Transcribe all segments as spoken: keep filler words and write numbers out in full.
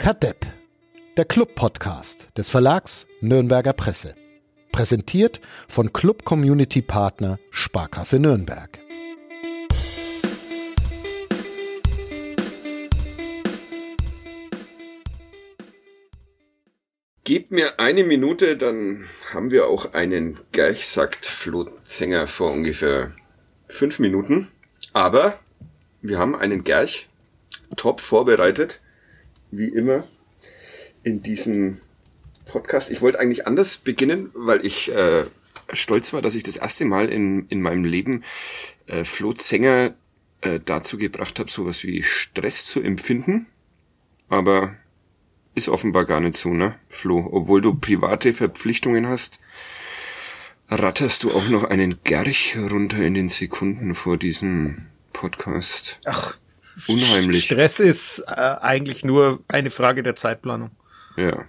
Kadepp, der Club-Podcast des Verlags Nürnberger Presse. Präsentiert von Club-Community-Partner Sparkasse Nürnberg. Gebt mir eine Minute, dann haben wir auch einen Gerch, sagt Flo Zenger vor ungefähr fünf Minuten. Aber wir haben einen Gerch top vorbereitet, wie immer in diesem Podcast. Ich wollte eigentlich anders beginnen, weil ich äh, stolz war, dass ich das erste Mal in in meinem Leben äh, Flo Zenger äh, dazu gebracht habe, sowas wie Stress zu empfinden. Aber ist offenbar gar nicht so, ne, Flo? Obwohl du private Verpflichtungen hast, ratterst du auch noch einen Gerch runter in den Sekunden vor diesem Podcast. Ach, unheimlich. Stress ist äh, eigentlich nur eine Frage der Zeitplanung. Ja.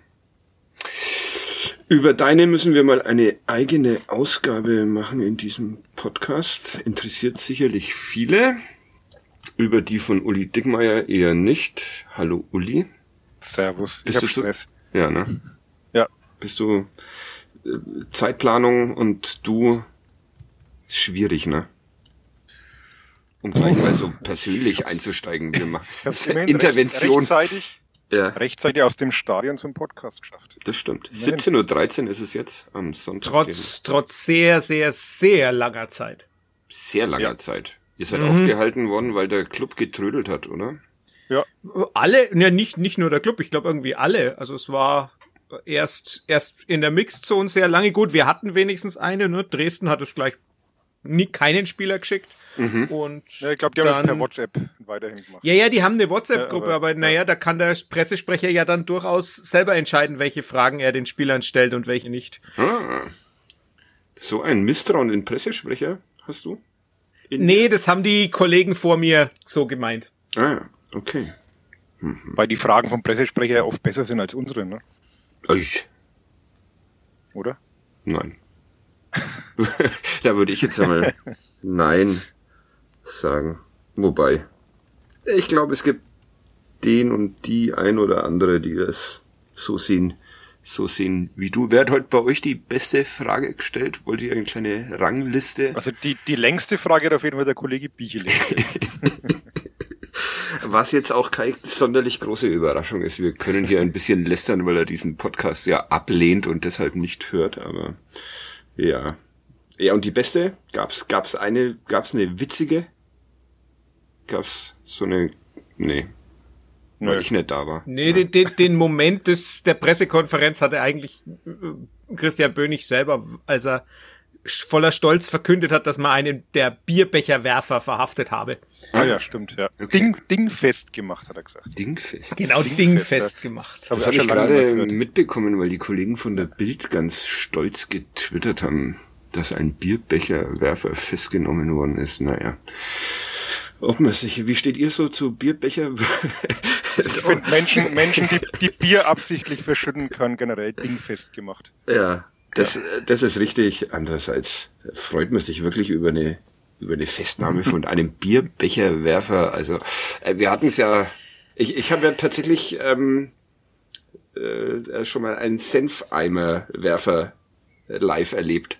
Über deine müssen wir mal eine eigene Ausgabe machen in diesem Podcast. Interessiert sicherlich viele. Über die von Uli Dickmeyer eher nicht. Hallo Uli. Servus. Bist ich hab du Stress. Zu, ja, ne? Ja. Bist du äh, Zeitplanung und du ist schwierig, ne? Um gleich mal so persönlich einzusteigen. Wir machen Das Intervention. Recht, rechtzeitig, ja. rechtzeitig aus dem Stadion zum Podcast geschafft. Das stimmt. siebzehn Uhr dreizehn ist es jetzt am Sonntag. Trotz, trotz sehr, sehr, sehr langer Zeit. Sehr langer Ja. Zeit. Ihr seid Mhm. aufgehalten worden, weil der Club getrödelt hat, oder? Ja. Alle, ja nicht, nicht nur der Club, ich glaube irgendwie alle. Also es war erst, erst in der Mixed-Zone sehr lange gut. Wir hatten wenigstens eine, ne? Dresden hat es gleich nie keinen Spieler geschickt. Mhm. Und ja ich glaube, die haben das dann, per WhatsApp weiterhin gemacht. Ja, ja, die haben eine WhatsApp-Gruppe, Ja, aber, aber aber naja, da kann der Pressesprecher ja dann durchaus selber entscheiden, welche Fragen er den Spielern stellt und welche nicht. Ah. So ein Misstrauen in Pressesprecher hast du? In Nee, das haben die Kollegen vor mir so gemeint. Ah, okay. Weil die Fragen vom Pressesprecher ja oft besser sind als unsere, ne? Ich. Oder? Nein. Da würde ich jetzt einmal Nein sagen. Wobei, ich glaube, es gibt den und die ein oder andere, die das so sehen, so sehen wie du. Wer hat heute bei euch die beste Frage gestellt? Wollt ihr eine kleine Rangliste? Also die, die längste Frage hat auf jeden Fall der Kollege Bichele. Was jetzt auch keine sonderlich große Überraschung ist. Wir können hier ein bisschen lästern, weil er diesen Podcast ja ablehnt und deshalb nicht hört, aber ja. Ja, und die beste? Gab's, gab's eine, gab's eine witzige? Gab's so eine, nee. Weil Nö. ich nicht da war. Nee, ja. den, den, den Moment des, der Pressekonferenz hatte eigentlich äh, Christian Bönig selber, als er voller Stolz verkündet hat, dass man einen der Bierbecherwerfer verhaftet habe. Ah ja, stimmt, ja. Okay. Ding, dingfest gemacht, hat er gesagt. Dingfest. Genau, Dingfest, dingfest ja. gemacht. Das hab habe ich ich schon lange nicht gerade mehr gehört. mitbekommen, weil die Kollegen von der Bild ganz stolz getwittert haben, dass ein Bierbecherwerfer festgenommen worden ist. Naja. Ob man sich, wie steht ihr so zu Bierbecher? Ich finde Menschen, Menschen, die, die Bier absichtlich verschütten können, generell dingfest gemacht. Ja, das, das ist richtig. Andererseits freut man sich wirklich über eine, über eine Festnahme von einem Bierbecherwerfer. Also, äh, wir hatten es ja, ich, ich habe ja tatsächlich ähm, äh, schon mal einen Senfeimerwerfer äh, live erlebt.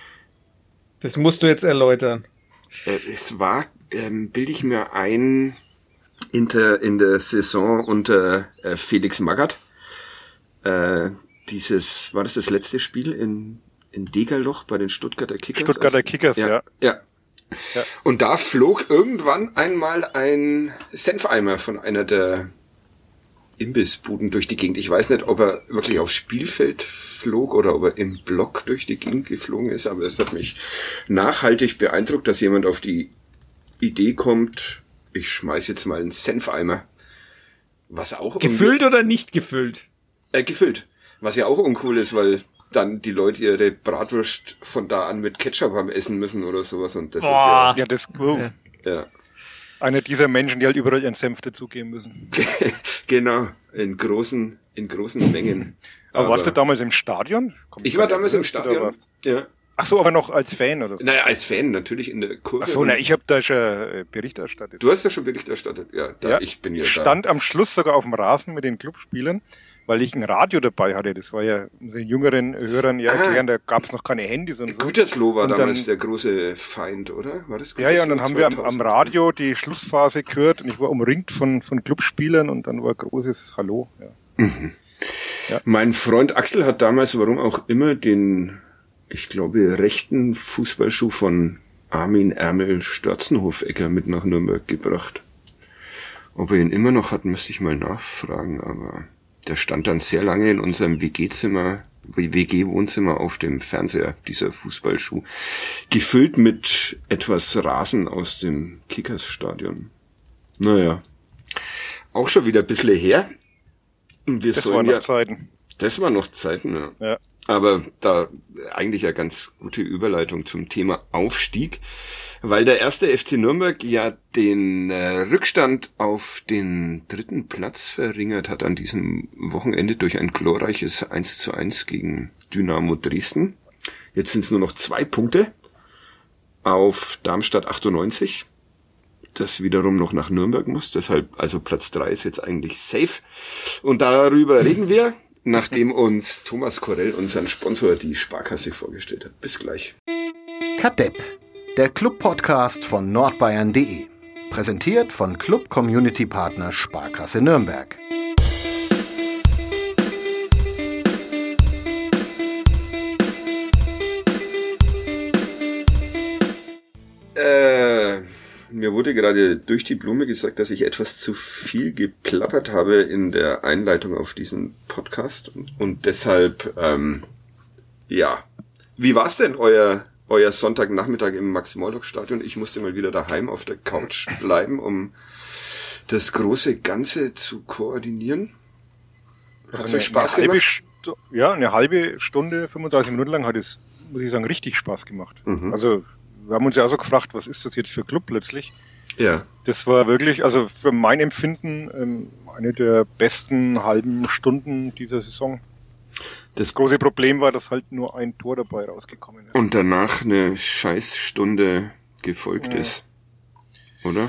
Das musst du jetzt erläutern. Äh, es war, ähm, bilde ich mir ein, in der, in der Saison unter äh, Felix Magath. Äh, dieses, war das das letzte Spiel in, in Degerloch bei den Stuttgarter Kickers? Stuttgarter Kickers, ja. ja. Ja. Ja. Und da flog irgendwann einmal ein Senfeimer von einer der Imbissbuden durch die Gegend. Ich weiß nicht, ob er wirklich aufs Spielfeld flog oder ob er im Block durch die Gegend geflogen ist, aber es hat mich nachhaltig beeindruckt, dass jemand auf die Idee kommt, ich schmeiß jetzt mal einen Senfeimer. Was auch Gefüllt oder nicht gefüllt? Äh, gefüllt. Was ja auch uncool ist, weil dann die Leute ihre Bratwurst von da an mit Ketchup haben essen müssen oder sowas und das Boah. ist Ja, das, oh, ja, ja. einer dieser Menschen, die halt überall ihren Senf dazugeben müssen. Genau, in großen, in großen Mengen. Aber, warst du damals im Stadion? Komm, Ich war damals im dass du da Stadion. warst. Ja. Ach so, aber noch als Fan oder so? Naja, als Fan natürlich in der Kurve. Ach so, na, ich habe da schon äh, Bericht erstattet. Du hast ja schon Bericht erstattet, ja. Da, ja. Ich bin ja ich da. stand am Schluss sogar auf dem Rasen mit den Clubspielern, weil ich ein Radio dabei hatte. Das war ja unseren jüngeren Hörern ja Ah. erklären, da gab es noch keine Handys und so. Gütersloh war Und damals dann, der große Feind, oder? War das ja, ja, und dann Gütersloh haben wir am, am zweitausend? Radio die Schlussphase gehört und ich war umringt von, von Clubspielern und dann war ein großes Hallo. Ja. Mhm. Ja. Mein Freund Axel hat damals, warum auch immer, den, ich glaube, rechten Fußballschuh von Armin Ärmel Störzenhofecker mit nach Nürnberg gebracht. Ob er ihn immer noch hat, müsste ich mal nachfragen, aber der stand dann sehr lange in unserem W G-Zimmer, W G-Wohnzimmer auf dem Fernseher, dieser Fußballschuh, gefüllt mit etwas Rasen aus dem Kickersstadion. Naja, auch schon wieder ein bisschen her. Und wir Das sollen waren noch ja, Zeiten. Das war noch Zeiten, ja. Ja. Aber da eigentlich eine ganz gute Überleitung zum Thema Aufstieg, weil der erste F C Nürnberg ja den äh, Rückstand auf den dritten Platz verringert hat an diesem Wochenende durch ein glorreiches eins zu eins gegen Dynamo Dresden. Jetzt sind es nur noch zwei Punkte auf Darmstadt achtundneunzig, das wiederum noch nach Nürnberg muss. Deshalb, also Platz drei ist jetzt eigentlich safe. Und darüber reden wir, nachdem uns Thomas Korell, unseren Sponsor, die Sparkasse vorgestellt hat. Bis gleich. Kadepp, der Club-Podcast von nordbayern punkt de. Präsentiert von Club-Community-Partner Sparkasse Nürnberg. Äh, mir wurde gerade durch die Blume gesagt, dass ich etwas zu viel geplappert habe in der Einleitung auf diesen Podcast. Und deshalb, ähm, ja. Wie war's denn euer, euer Sonntagnachmittag im Max-Morlock-Stadion? Ich musste mal wieder daheim auf der Couch bleiben, um das große Ganze zu koordinieren. Hat's Also euch Spaß eine halbe gemacht? Stu- ja, eine halbe Stunde, fünfunddreißig Minuten lang hat es, muss ich sagen, richtig Spaß gemacht. Mhm. Also wir haben uns ja auch so gefragt, was ist das jetzt für Club plötzlich? Ja. Das war wirklich, also für mein Empfinden, ähm, eine der besten halben Stunden dieser Saison. Das große Problem war, dass halt nur ein Tor dabei rausgekommen ist. Und danach eine Scheißstunde gefolgt Ja. ist. Oder?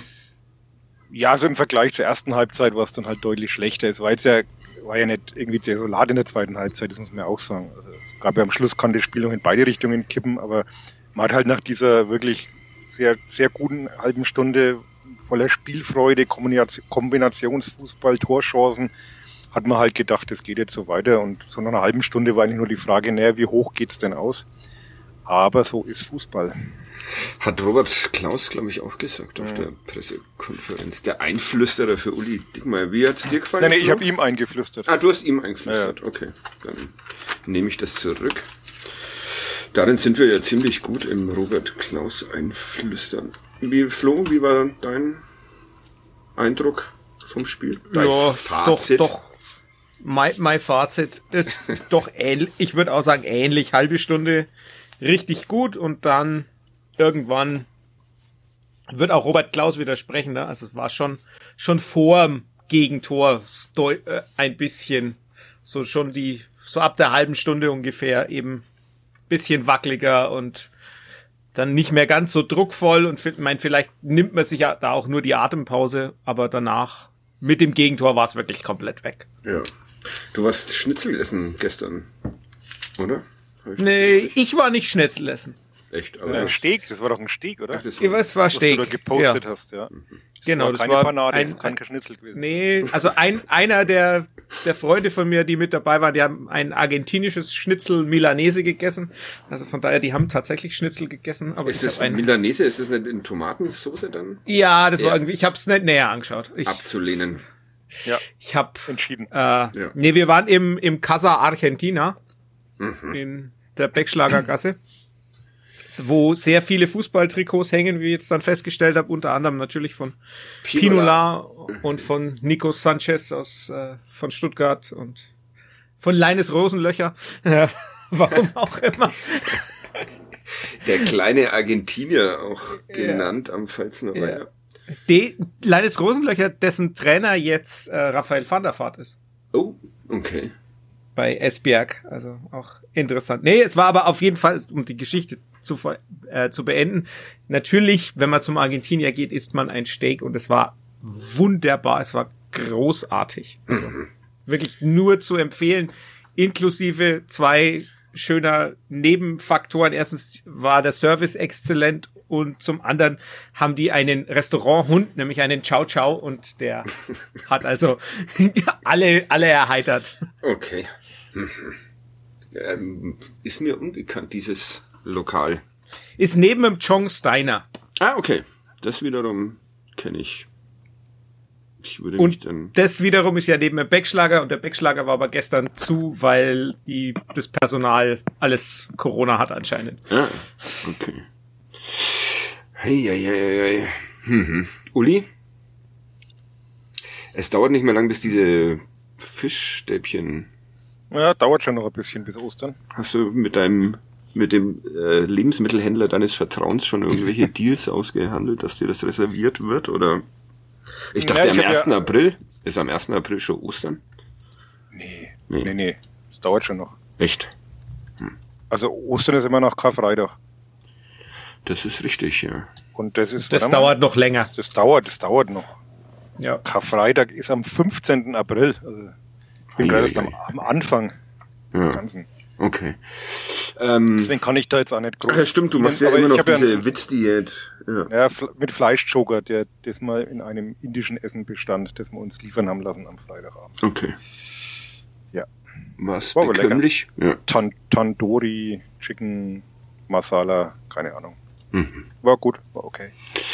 Ja, also im Vergleich zur ersten Halbzeit war es dann halt deutlich schlechter. Es war jetzt ja, war ja nicht irgendwie desolat in der zweiten Halbzeit, das muss man ja auch sagen. Also es gab ja am Schluss, kann das Spiel noch in beide Richtungen kippen, aber man hat halt nach dieser wirklich sehr, sehr guten halben Stunde voller Spielfreude, Kombinationsfußball, Torchancen, hat man halt gedacht, es geht jetzt so weiter. Und so nach einer halben Stunde war eigentlich nur die Frage, naja, wie hoch geht's denn aus? Aber so ist Fußball. Hat Robert Klaus, glaube ich, auch gesagt auf der Pressekonferenz. Der Einflüsterer für Uli Dickmeyer. Wie hat's dir gefallen? Nein, nee, ich Flo? habe ihm eingeflüstert. Ah, du hast ihm eingeflüstert. Ja. Okay, dann nehme ich das zurück. Darin sind wir ja ziemlich gut im Robert Klaus einflüstern. Wie, Flo, wie war dein Eindruck vom Spiel? Dein Ja, Fazit? Doch, doch. Mein, mein Fazit ist doch ähnlich. Ich würde auch sagen ähnlich. Halbe Stunde richtig gut und dann irgendwann wird auch Robert Klaus widersprechen. Ne? Also es war schon schon vorm Gegentor steu- äh, ein bisschen so schon die so ab der halben Stunde ungefähr eben bisschen wackeliger und dann nicht mehr ganz so druckvoll und ich meine, vielleicht nimmt man sich ja da auch nur die Atempause, aber danach mit dem Gegentor war es wirklich komplett weg. Ja. Du warst Schnitzel essen gestern, oder? Hab ich das Nee, richtig? ich war nicht Schnitzel essen. Echt, Ja, aber ein Steak, das war doch ein Steak, oder? Ach, das Ich weiß, war Was Steak. du da gepostet ja. hast, ja. Das Genau, war das keine war Panade, ein- das kann kein Schnitzel gewesen. Nee, also ein einer der der Freunde von mir, die mit dabei waren, die haben ein argentinisches Schnitzel Milanese gegessen. Also von daher, die haben tatsächlich Schnitzel gegessen. Aber ist ich das hab ein, Milanese? Ist das nicht in Tomatensauce dann ja, das war Ja. irgendwie. Ich habe es nicht näher angeschaut. Ich, abzulehnen? Ja, ich habe entschieden. Äh, Nee, wir waren im, im Casa Argentina, Mhm. in der Beckschlagergasse, wo sehr viele Fußballtrikots hängen, wie ich jetzt dann festgestellt habe, unter anderem natürlich von Pinola. Pinola und von Nico Sanchez aus äh, von Stuttgart und von Leines Rosenlöcher, äh, warum auch immer. Der kleine Argentinier auch genannt am Pfalzner Ja. Weiher. De, Leines Rosenlöcher, dessen Trainer jetzt äh, Raphael van der Vaart ist. Oh, okay. bei Esbjerg. Also auch interessant. Nee, es war aber auf jeden Fall, um die Geschichte zu, äh, zu beenden, natürlich, wenn man zum Argentinier geht, isst man ein Steak und es war wunderbar, es war großartig. Also, wirklich nur zu empfehlen, inklusive zwei schöner Nebenfaktoren. Erstens war der Service exzellent und zum anderen haben die einen Restauranthund, nämlich einen Chow Chow, und der hat also alle, alle erheitert. Okay. Mhm. Ähm, ist mir unbekannt, dieses Lokal. Ist neben dem Chong's Diner. Ah, okay. Das wiederum kenne ich. Ich würde Und mich dann... das wiederum ist ja neben dem Beckschlager, und der Beckschlager war aber gestern zu, weil die, das Personal alles Corona hat anscheinend. Ah, okay. Hey, hey, hey, hey. Hm, Uli? Es dauert nicht mehr lang, bis diese Fischstäbchen... Ja, dauert schon noch ein bisschen bis Ostern. Hast du mit deinem, mit dem äh, Lebensmittelhändler deines Vertrauens schon irgendwelche Deals ausgehandelt, dass dir das reserviert wird, oder? Ich dachte, Ja, ich am hab ersten ja- April? Ist am ersten April schon Ostern? Nee, Nee. nee, nee. Das dauert schon noch. Echt? Also Ostern ist immer noch Karfreitag. Das ist richtig, ja. Und das ist... Das warte mal, dauert noch länger. Das dauert, das dauert noch. Ja. Karfreitag ist am fünfzehnten April. Also ich bin gerade erst am, Eieiei. am Anfang des Ja, Ganzen. okay. Ähm, Deswegen kann ich da jetzt auch nicht groß... ja, stimmt, du machst ja Aber immer ich noch hab ja diese einen- Witzdiät. Ja. Ja, Fl- mit Fleischjoker, der das mal in einem indischen Essen bestand, das wir uns liefern haben lassen am Freitagabend. Okay. Ja. Was War aber bekömmlich? Ja. Tan Tandoori, Chicken, Masala, keine Ahnung. Mhm. War gut, war okay.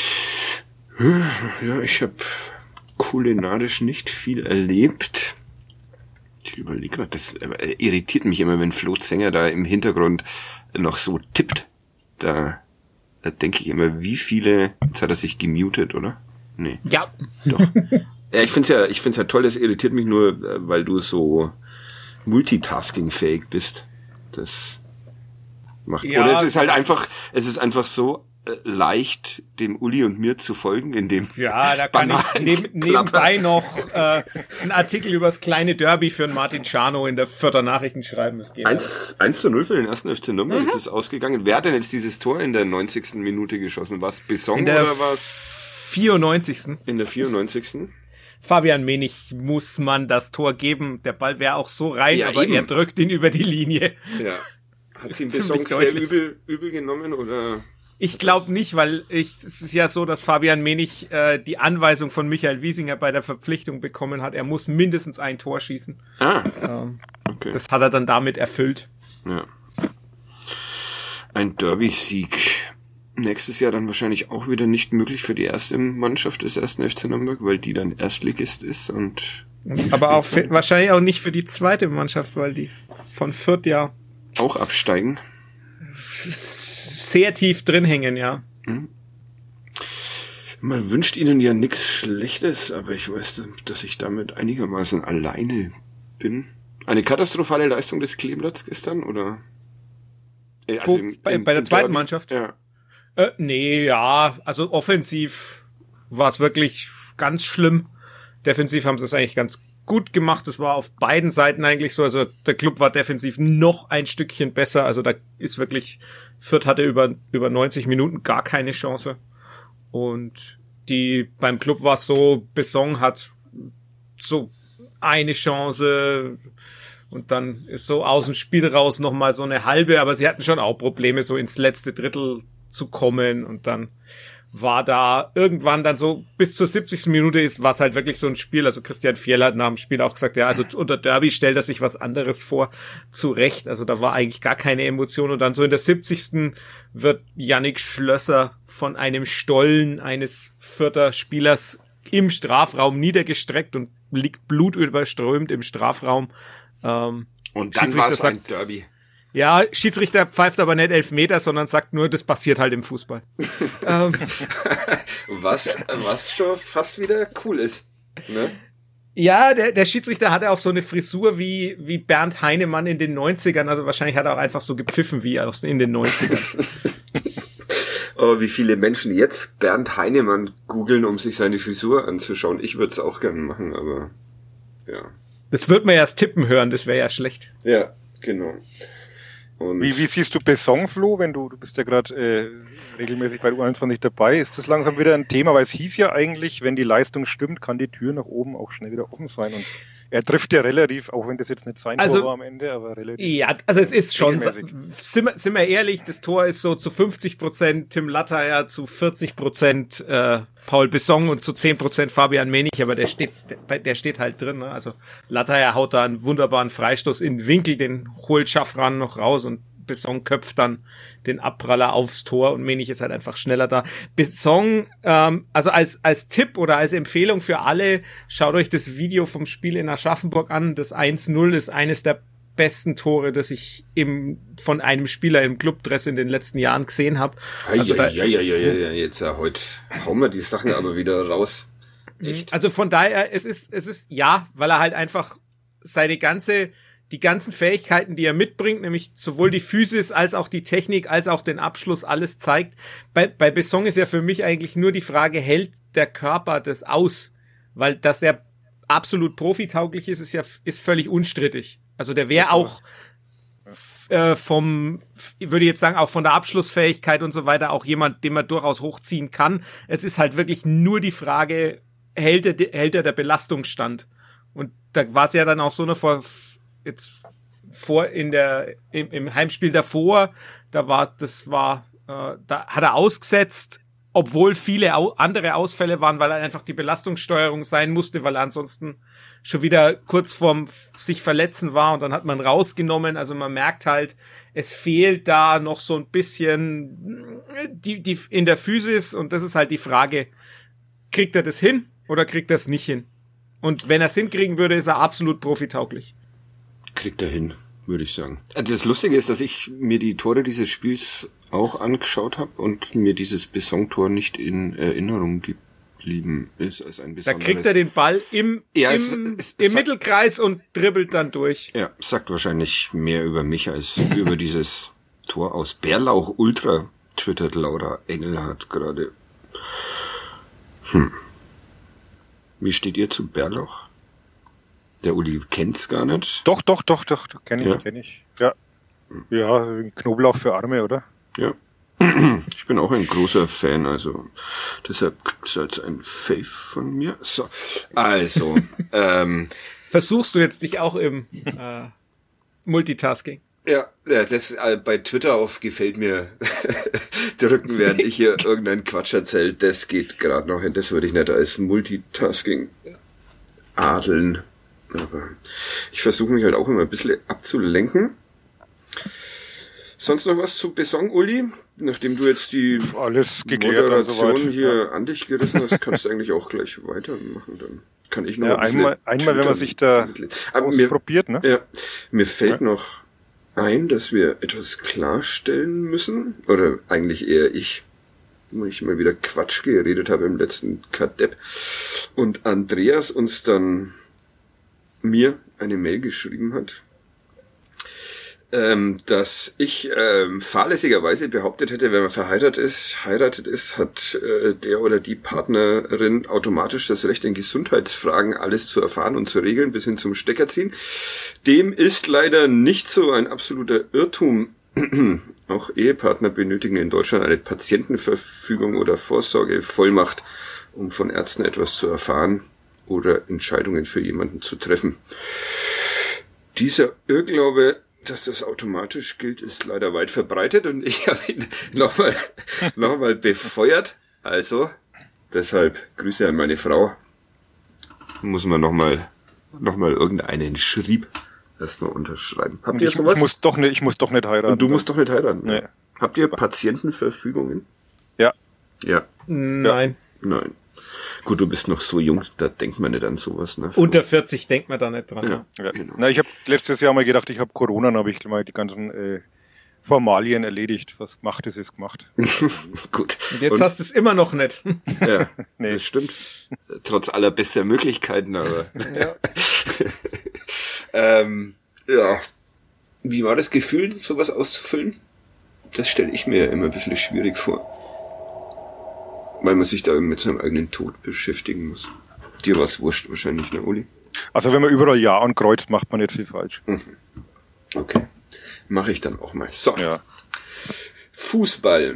Ja, ich habe kulinarisch nicht viel erlebt. Ich überlege gerade, das äh, irritiert mich immer, wenn Flo Zenger da im Hintergrund noch so tippt. Da, da denke ich immer, wie viele... Jetzt hat er sich gemutet, oder? Nee. Ja. Doch. Ja, ich find's ja, ich find's ja toll, das irritiert mich nur, äh, weil du so multitaskingfähig bist. Das macht... Ja. Oder es ist halt einfach, es ist einfach so äh, leicht, dem Uli und mir zu folgen, in dem Ja, da kann ich banalen neb, nebenbei Geplapper. noch äh, einen Artikel über das kleine Derby für den Martin Czarno in der Vierter Nachrichten schreiben. Das geht alles. eins zu null für den ersten F C Nürnberg ist es ausgegangen. Wer hat denn jetzt dieses Tor in der neunzigsten Minute geschossen? War es Besson In der oder war es vierundneunzigsten in der vierundneunzigsten Fabian Menig muss man das Tor geben. Der Ball wäre auch so rein, Ja, aber eben. er drückt ihn über die Linie. Ja. Hat sie ihm Ziemlich Besson sehr deutlich. übel, übel genommen oder? Ich glaube nicht, weil ich, es ist ja so, dass Fabian Menig äh, die Anweisung von Michael Wiesinger bei der Verpflichtung bekommen hat, er muss mindestens ein Tor schießen. Ah, Ähm, okay. das hat er dann damit erfüllt. Ja. Ein Derby-Sieg. Nächstes Jahr dann wahrscheinlich auch wieder nicht möglich für die erste Mannschaft des ersten F C Nürnberg, weil die dann Erstligist ist und Aber auch für, wahrscheinlich auch nicht für die zweite Mannschaft, weil die von Fürth ja auch absteigen. sehr tief drin hängen, ja. Man wünscht ihnen ja nichts Schlechtes, aber ich weiß, dass ich damit einigermaßen alleine bin. Eine katastrophale Leistung des Kleeblatts gestern, oder? Äh, Wo, bei- bei der zweiten Mannschaft? Ja. Äh, nee, ja, also offensiv war es wirklich ganz schlimm. Defensiv haben sie es eigentlich ganz gut gemacht. Das war auf beiden Seiten eigentlich so. Also der Club war defensiv noch ein Stückchen besser. Also da ist wirklich, Fürth hatte über, über neunzig Minuten gar keine Chance. Und die, beim Club war es so, Besson hat so eine Chance und dann ist so aus dem Spiel raus nochmal so eine halbe, aber sie hatten schon auch Probleme, so ins letzte Drittel zu kommen und dann war da irgendwann dann so bis zur siebzigsten Minute ist, war es halt wirklich so ein Spiel, also Christian Fjell hat nach dem Spiel auch gesagt, ja, also unter Derby stellt er sich was anderes vor, zu Recht, also da war eigentlich gar keine Emotion und dann so in der siebzigsten wird Yannick Schlösser von einem Stollen eines Fürther Spielers im Strafraum niedergestreckt und liegt blutüberströmt im Strafraum. Ähm, Und dann Schiedsrichter war es ein sagt- Derby. ja, Schiedsrichter pfeift aber nicht Elfmeter, sondern sagt nur, das passiert halt im Fußball. ähm, Was, was schon fast wieder cool ist. Ne? ja, der, der Schiedsrichter hatte auch so eine Frisur wie, wie Bernd Heinemann in den neunzigern. Also wahrscheinlich hat er auch einfach so gepfiffen wie aus in den neunzigern. Aber wie viele Menschen jetzt Bernd Heinemann googeln, um sich seine Frisur anzuschauen. Ich würde es auch gerne machen, aber ja. Das wird man ja erst tippen hören, das wäre ja schlecht. Ja, genau. Und Wie, wie siehst du Besson, Flo, wenn du, du bist ja gerade äh, regelmäßig bei U einundzwanzig dabei, ist das langsam wieder ein Thema, weil es hieß ja eigentlich, wenn die Leistung stimmt, kann die Tür nach oben auch schnell wieder offen sein und er trifft ja relativ, auch wenn das jetzt nicht sein also, Tor war am Ende, aber relativ. Ja, also es ist schon, regelmäßig. sind wir, sind wir ehrlich, das Tor ist so zu fünfzig Prozent Tim Lattayer, zu vierzig Prozent äh, Paul Besson und zu zehn Prozent Fabian Menich, aber der steht, der, der steht halt drin. Ne? Also Lattayer haut da einen wunderbaren Freistoß in den Winkel, den holt Schaffran noch raus und Besson köpft dann den Abpraller aufs Tor und Menich ist halt einfach schneller da. Besson, ähm, also als als Tipp oder als Empfehlung für alle, schaut euch das Video vom Spiel in Aschaffenburg an. Das eins null ist eines der besten Tore, das ich im von einem Spieler im Clubdress in den letzten Jahren gesehen habe. Also ja, ja, ja, ja, ja, ja, jetzt ja, heute hauen wir die Sachen aber wieder raus. Echt? Also von daher, es ist, es ist, ja, weil er halt einfach seine ganze die ganzen Fähigkeiten, die er mitbringt, nämlich sowohl die Physis als auch die Technik, als auch den Abschluss, alles zeigt. Bei, bei Besson ist ja für mich eigentlich nur die Frage, hält der Körper das aus? Weil, dass er absolut profitauglich ist, ist ja, ist völlig unstrittig. Also der wäre auch äh, vom, würde ich jetzt sagen, auch von der Abschlussfähigkeit und so weiter auch jemand, den man durchaus hochziehen kann. Es ist halt wirklich nur die Frage, hält er, hält er der Belastung stand? Und da war es ja dann auch so eine vor jetzt vor in der im, im Heimspiel davor, da war das war äh, da hat er ausgesetzt, obwohl viele au- andere Ausfälle waren, weil er einfach die Belastungssteuerung sein musste, weil er ansonsten schon wieder kurz vorm sich verletzen war und dann hat man rausgenommen. Also man merkt halt, es fehlt da noch so ein bisschen die die in der Physis und das ist halt die Frage, kriegt er das hin oder kriegt er es nicht hin? Und wenn er es hinkriegen würde, ist er absolut profitauglich. Kriegt er hin, würde ich sagen. Das Lustige ist, dass ich mir die Tore dieses Spiels auch angeschaut habe und mir dieses Besson-Tor nicht in Erinnerung geblieben ist als ein besonderes. Da kriegt er den Ball im, ja, im, es, es, im es Mittelkreis und dribbelt dann durch. Ja, sagt wahrscheinlich mehr über mich als über dieses Tor aus Bärlauch Ultra, twittert Laura Engelhardt gerade. Hm. Wie steht ihr zu Bärlauch? Der Uli kennt's gar nicht. Doch, doch, doch, doch, kenne ich, Ja? kenne ich. Ja. Ja, Knoblauch für Arme, oder? Ja. Ich bin auch ein großer Fan, also deshalb gibt's jetzt ein Fave von mir. So, also, ähm, Versuchst du jetzt dich auch im äh, Multitasking? ja, ja, das äh, bei Twitter auf gefällt mir drücken, während ich hier irgendeinen Quatsch erzähle, das geht gerade noch hin. Das würde ich nicht als Multitasking adeln. Aber ich versuche mich halt auch immer ein bisschen abzulenken. Sonst noch was zu Besson, Uli? Nachdem du jetzt die Alles geklärt und Moderation soweit. hier Ja. an dich gerissen hast, kannst du eigentlich auch gleich weitermachen. Dann kann ich noch Ja, ein bisschen einmal, einmal, wenn man sich da Aber mir, probiert, ne? ja, mir fällt Ja. noch ein, dass wir etwas klarstellen müssen. Oder eigentlich eher ich, wo ich mal wieder Quatsch geredet habe im letzten Kadepp. Und Andreas uns dann mir eine Mail geschrieben hat, ähm, dass ich ähm, fahrlässigerweise behauptet hätte, wenn man verheiratet ist, heiratet ist, hat äh, der oder die Partnerin automatisch das Recht, in Gesundheitsfragen alles zu erfahren und zu regeln, bis hin zum Steckerziehen. Dem ist leider nicht so, ein absoluter Irrtum. Auch Ehepartner benötigen in Deutschland eine Patientenverfügung oder Vorsorgevollmacht, um von Ärzten etwas zu erfahren oder Entscheidungen für jemanden zu treffen. Dieser Irrglaube, dass das automatisch gilt, ist leider weit verbreitet und ich habe ihn nochmal noch mal befeuert. Also, deshalb Grüße an meine Frau. Muss man nochmal noch mal irgendeinen Schrieb erstmal unterschreiben. Habt Und ihr ich, sowas? ich muss doch nicht, ich muss doch nicht heiraten. Und du musst doch nicht heiraten. Nee. Habt ihr Patientenverfügungen? Ja. Ja. Nein. Nein. Gut, du bist noch so jung, da denkt man nicht an sowas. Ne? Unter vierzig denkt man da nicht dran. Ja, Ja. genau. Na, ich habe letztes Jahr mal gedacht, ich habe Corona, dann habe ich mal die ganzen äh, Formalien erledigt. Was gemacht ist, ist gemacht. Gut. Und jetzt Und, hast du es immer noch nicht. ja, Nee. das stimmt. Trotz aller bester Möglichkeiten, aber. Ja. ähm, ja. Wie war das Gefühl, sowas auszufüllen? Das stelle ich mir immer ein bisschen schwierig vor. Weil man sich da mit seinem eigenen Tod beschäftigen muss. Dir war's wurscht wahrscheinlich, ne, Uli? Also wenn man überall Ja ankreuzt, macht man nicht viel falsch. Okay, mache ich dann auch mal. So, Ja. Fußball.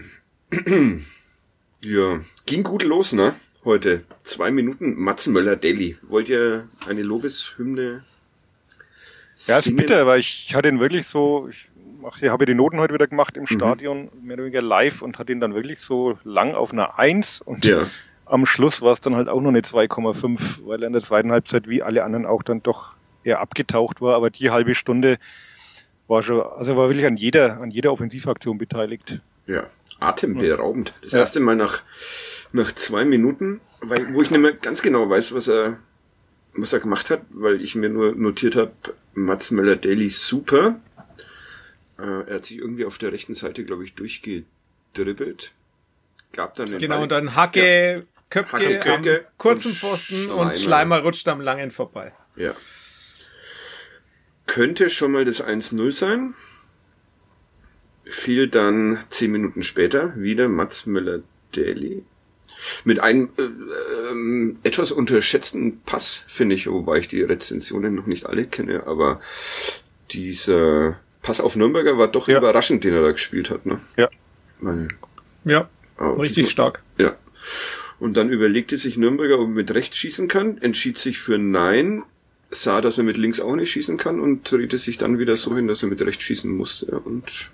Ja, ging gut los, ne? Heute. Zwei Minuten. Matzenmöller-Daly. Wollt ihr eine Lobeshymne Ja, ist singen? bitter, weil ich hatte ihn wirklich so, ich mach, ich habe die Noten heute wieder gemacht im Stadion, mehr oder weniger live und hatte ihn dann wirklich so lang auf einer Eins und Ja. am Schluss war es dann halt auch noch eine zwei Komma fünf, weil er in der zweiten Halbzeit wie alle anderen auch dann doch eher abgetaucht war, aber die halbe Stunde war schon, also er war wirklich an jeder, an jeder Offensivaktion beteiligt. Ja, atemberaubend. Das Ja. erste Mal nach, nach zwei Minuten, weil, wo ich nicht mehr ganz genau weiß, was er, was er gemacht hat, weil ich mir nur notiert habe, Mats Möller-Daly super. Äh, er hat sich irgendwie auf der rechten Seite, glaube ich, durchgedribbelt. Gab dann den Genau, Ball. und dann Hacke, Köpke, Hacke, Köpke am kurzen und Pfosten Schleimer. und Schleimer rutscht am langen vorbei. Ja. Könnte schon mal das eins null sein. Fiel dann zehn Minuten später wieder Mats Möller-Daly. Mit einem äh, ähm, etwas unterschätzten Pass, finde ich, wobei ich die Rezensionen noch nicht alle kenne, aber dieser Pass auf Nürnberger war doch Ja. überraschend, den er da gespielt hat, ne? Ja. Weil, Ja, aber richtig diesmal- stark. Ja. Und dann überlegte sich Nürnberger, ob er mit rechts schießen kann, entschied sich für Nein, sah, dass er mit links auch nicht schießen kann und drehte sich dann wieder so hin, dass er mit rechts schießen musste. Und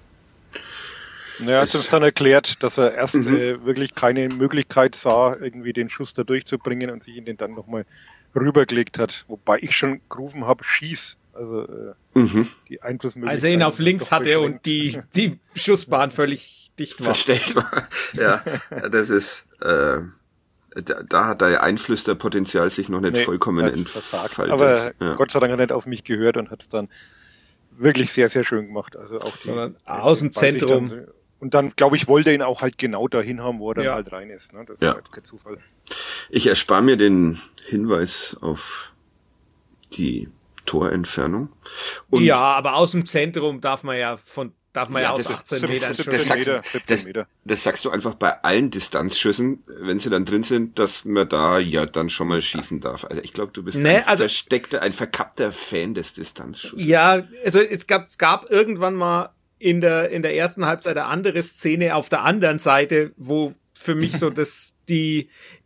Ja, er hat Es- uns dann erklärt, dass er erst Mhm. äh, wirklich keine Möglichkeit sah, irgendwie den Schuss da durchzubringen und sich ihn den dann nochmal rübergelegt hat. Wobei ich schon gerufen habe, schieß. Also äh, mhm. die Einflussmöglichkeit. Als er ihn auf links doch hatte beschränkt. und die, die Schussbahn völlig dicht war. verstellt war. Ja, das ist, äh, da, da hat der Einflüsterpotenzial sich noch nicht Nee, vollkommen er hat's versagt. entfaltet. Aber ja. Gott sei Dank hat er nicht auf mich gehört und hat es dann wirklich sehr, sehr schön gemacht. Also auch die, Sondern aus dem den Ball sich Zentrum. Dann, und dann, glaube ich, wollte er ihn auch halt genau dahin haben, wo er dann Ja. halt rein ist. Ne? Das Ja. war jetzt kein Zufall. Ich erspare mir den Hinweis auf die Torentfernung. Und Ja, aber aus dem Zentrum darf man ja von darf man ja, Ja, aus das- achtzehn das- Metern das- schon. das, sagst, Meter, siebzehn das, Meter. das sagst du einfach bei allen Distanzschüssen, wenn sie dann drin sind, dass man da ja dann schon mal schießen darf. Also ich glaube, du bist Nee, ein also- versteckter, ein verkappter Fan des Distanzschusses. Ja, also es gab, gab irgendwann mal in der, in der ersten Halbzeit eine andere Szene auf der anderen Seite, wo für mich so das, die,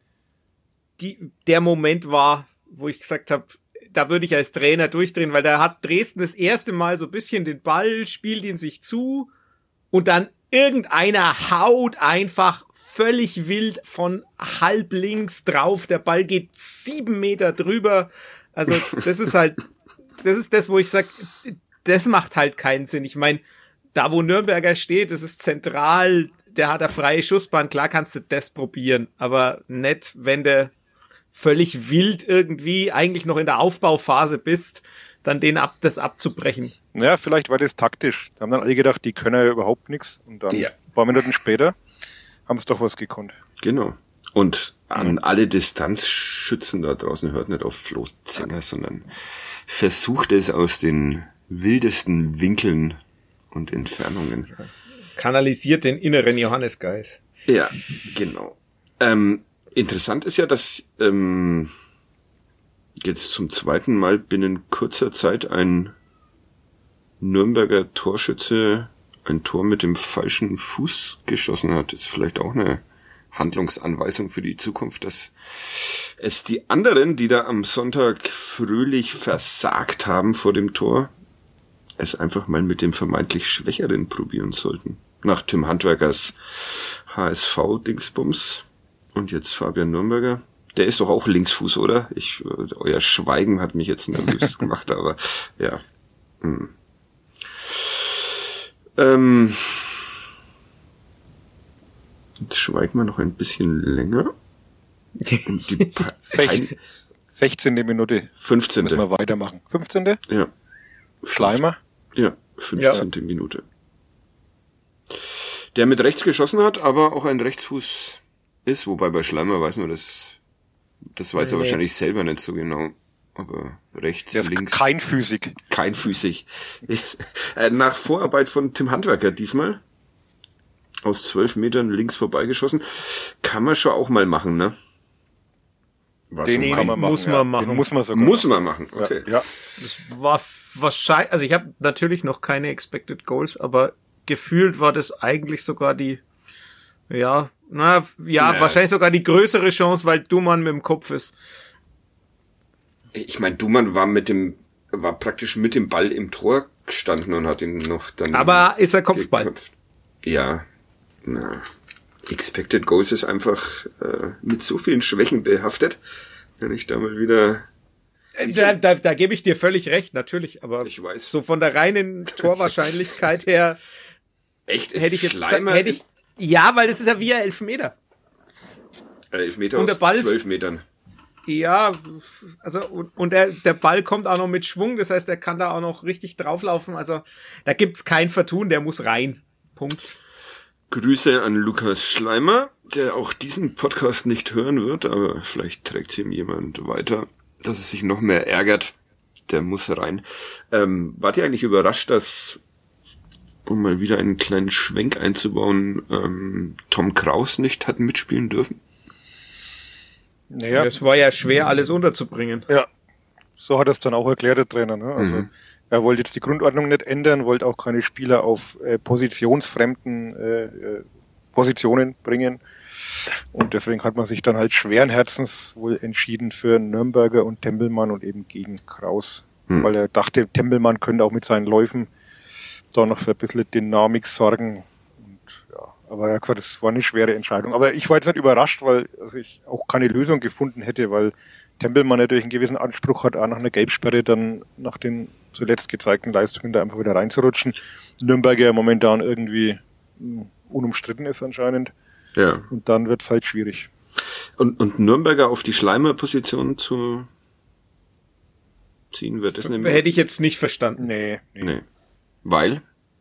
die, der Moment war, wo ich gesagt habe, da würde ich als Trainer durchdrehen, weil da hat Dresden das erste Mal so ein bisschen den Ball, spielt ihn sich zu und dann irgendeiner haut einfach völlig wild von halb links drauf. Der Ball geht sieben Meter drüber. Also das ist halt, das ist das, wo ich sag, das macht halt keinen Sinn. Ich meine, da wo Nürnberger steht, das ist zentral, der hat eine freie Schussbahn, klar kannst du das probieren, aber nicht, wenn du völlig wild irgendwie eigentlich noch in der Aufbauphase bist, dann den ab, das abzubrechen. Ja, vielleicht war das taktisch. Da haben dann alle gedacht, die können ja überhaupt nichts. Und dann, Ja. ein paar Minuten später, haben es doch was gekonnt. Genau. Und an alle Distanzschützen da draußen, hört nicht auf Flo Zenger, sondern versucht es aus den wildesten Winkeln und Entfernungen. Kanalisiert den inneren Johannesgeist. Ja, genau. Ähm, interessant ist ja, dass ähm, jetzt zum zweiten Mal binnen kurzer Zeit ein Nürnberger Torschütze ein Tor mit dem falschen Fuß geschossen hat. Das ist vielleicht auch eine Handlungsanweisung für die Zukunft, dass es die anderen, die da am Sonntag fröhlich versagt haben vor dem Tor, es einfach mal mit dem vermeintlich Schwächeren probieren sollten. Nach Tim Handwerkers H S V-Dingsbums und jetzt Fabian Nürnberger. Der ist doch auch Linksfuß, oder? Ich, euer Schweigen hat mich jetzt nervös gemacht, aber ja. Hm. Ähm, jetzt schweigen wir noch ein bisschen länger. Und die Pa- Sech- sechzehnte Minute müssen fünfzehnte. wir weitermachen. fünfzehnte Ja. Schleimer. Ja, fünfzehnte Minute. Der mit rechts geschossen hat, aber auch ein Rechtsfuß ist, wobei bei Schleimer weiß man das, das weiß er Nee. wahrscheinlich selber nicht so genau. Aber rechts, Der ist links, keinfüßig. keinfüßig. Ist, äh, nach Vorarbeit von Tim Handwerker diesmal, aus zwölf Metern links vorbeigeschossen, kann man schon auch mal machen, ne? Was Den, Den kann man machen, muss ja. man machen. Den muss man sogar Muss man machen, okay. Ja, ja. Das war wahrscheinlich, also ich habe natürlich noch keine Expected Goals, aber gefühlt war das eigentlich sogar die, ja, na, ja, Naja. wahrscheinlich sogar die größere Chance, weil Dumann mit dem Kopf ist. Ich meine, Dumann war mit dem, war praktisch mit dem Ball im Tor gestanden und hat ihn noch dann... Aber ist er Kopfball? geköpft. Ja, na, Expected Goals ist einfach äh, mit so vielen Schwächen behaftet, wenn ich da mal wieder... Da, da, da gebe ich dir völlig recht, natürlich, aber Ich weiß. so von der reinen Torwahrscheinlichkeit her Echt, ist hätte ich jetzt gesagt, Schleimer hätte ich, ja, weil das ist ja wie ein Elfmeter. äh, Elfmeter und der aus Ball- zwölf Metern. Ja, also und, und der, der Ball kommt auch noch mit Schwung, das heißt, er kann da auch noch richtig drauflaufen, also da gibt's kein Vertun, der muss rein. Punkt. Grüße an Lukas Schleimer, der auch diesen Podcast nicht hören wird, aber vielleicht trägt ihm jemand weiter, dass es sich noch mehr ärgert. Der muss rein. Ähm, wart ihr eigentlich überrascht, dass, um mal wieder einen kleinen Schwenk einzubauen, ähm, Tom Kraus nicht hat mitspielen dürfen? Naja, Das war ja schwer, alles unterzubringen. ja. So hat es dann auch erklärt, der Trainer. Ne? Also Mhm. er wollte jetzt die Grundordnung nicht ändern, wollte auch keine Spieler auf äh, positionsfremden äh, äh, Positionen bringen. Und deswegen hat man sich dann halt schweren Herzens wohl entschieden für Nürnberger und Tempelmann und eben gegen Kraus. Hm. Weil er dachte, Tempelmann könnte auch mit seinen Läufen da noch für ein bisschen Dynamik sorgen. Und, ja, aber er hat gesagt, es war eine schwere Entscheidung. Aber ich war jetzt nicht überrascht, weil also ich auch keine Lösung gefunden hätte, weil Tempelmann natürlich einen gewissen Anspruch hat, auch nach einer Gelbsperre dann nach den zuletzt gezeigten Leistungen da einfach wieder reinzurutschen. Nürnberger momentan irgendwie mh, unumstritten ist anscheinend. Ja. Und dann wird's halt schwierig. Und, und Nürnberger auf die Schleimer-Position zu ziehen, wird das nämlich... Hätte ich jetzt nicht verstanden. Nee, nee. Nee. Weil?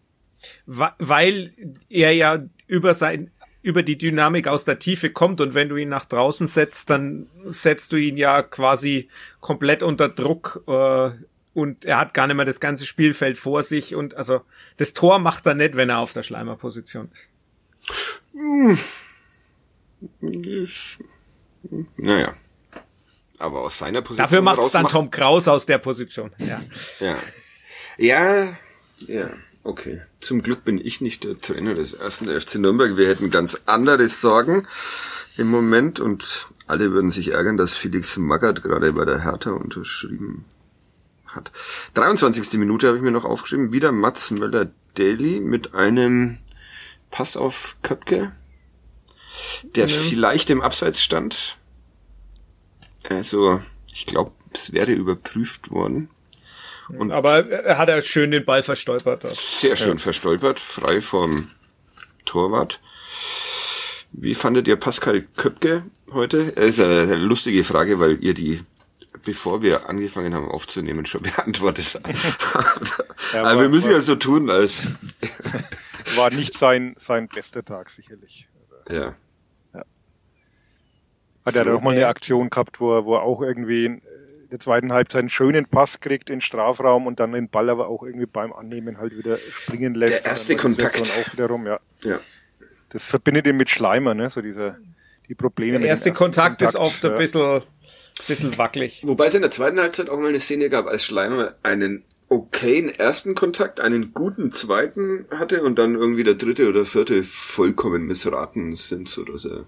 Weil er ja über sein, über die Dynamik aus der Tiefe kommt und wenn du ihn nach draußen setzt, dann setzt du ihn ja quasi komplett unter Druck äh, und er hat gar nicht mehr das ganze Spielfeld vor sich und also das Tor macht er nicht, wenn er auf der Schleimer-Position ist. Naja. Aber aus seiner Position Dafür macht es raus dann macht- Tom Kraus aus der Position. Ja. Ja. Ja, ja, okay. Zum Glück bin ich nicht der Trainer des ersten F C Nürnberg. Wir hätten ganz andere Sorgen im Moment und alle würden sich ärgern, dass Felix Magath gerade bei der Hertha unterschrieben hat. dreiundzwanzigste Minute habe ich mir noch aufgeschrieben. Wieder Mats Möller-Daly mit einem Pass auf Köpke, der Genau. vielleicht im Abseits stand. Also, ich glaube, es wäre überprüft worden. Und Aber er hat er schön den Ball verstolpert. sehr schön verstolpert, frei vom Torwart. Wie fandet ihr Pascal Köpke heute? Das ist eine lustige Frage, weil ihr die, bevor wir angefangen haben aufzunehmen, schon beantwortet habt. Ja, Aber war- wir müssen war- ja so tun, als... War nicht sein, sein bester Tag, sicherlich. Ja. Hat er So, auch mal eine ja. Aktion gehabt, wo er, wo er auch irgendwie in der zweiten Halbzeit einen schönen Pass kriegt in den Strafraum und dann den Ball aber auch irgendwie beim Annehmen halt wieder springen lässt. Der erste Und dann war die Kontakt. Situation auch wiederum, ja. Ja. Das verbindet ihn mit Schleimer, ne, so dieser, die Probleme Der mit dem erste ersten Kontakt, ist Kontakt, oft ein ja. bisschen, bisschen wackelig. Wobei es in der zweiten Halbzeit auch mal eine Szene gab, als Schleimer einen okayen ersten Kontakt, einen guten zweiten hatte und dann irgendwie der dritte oder vierte vollkommen missraten sind, so dass er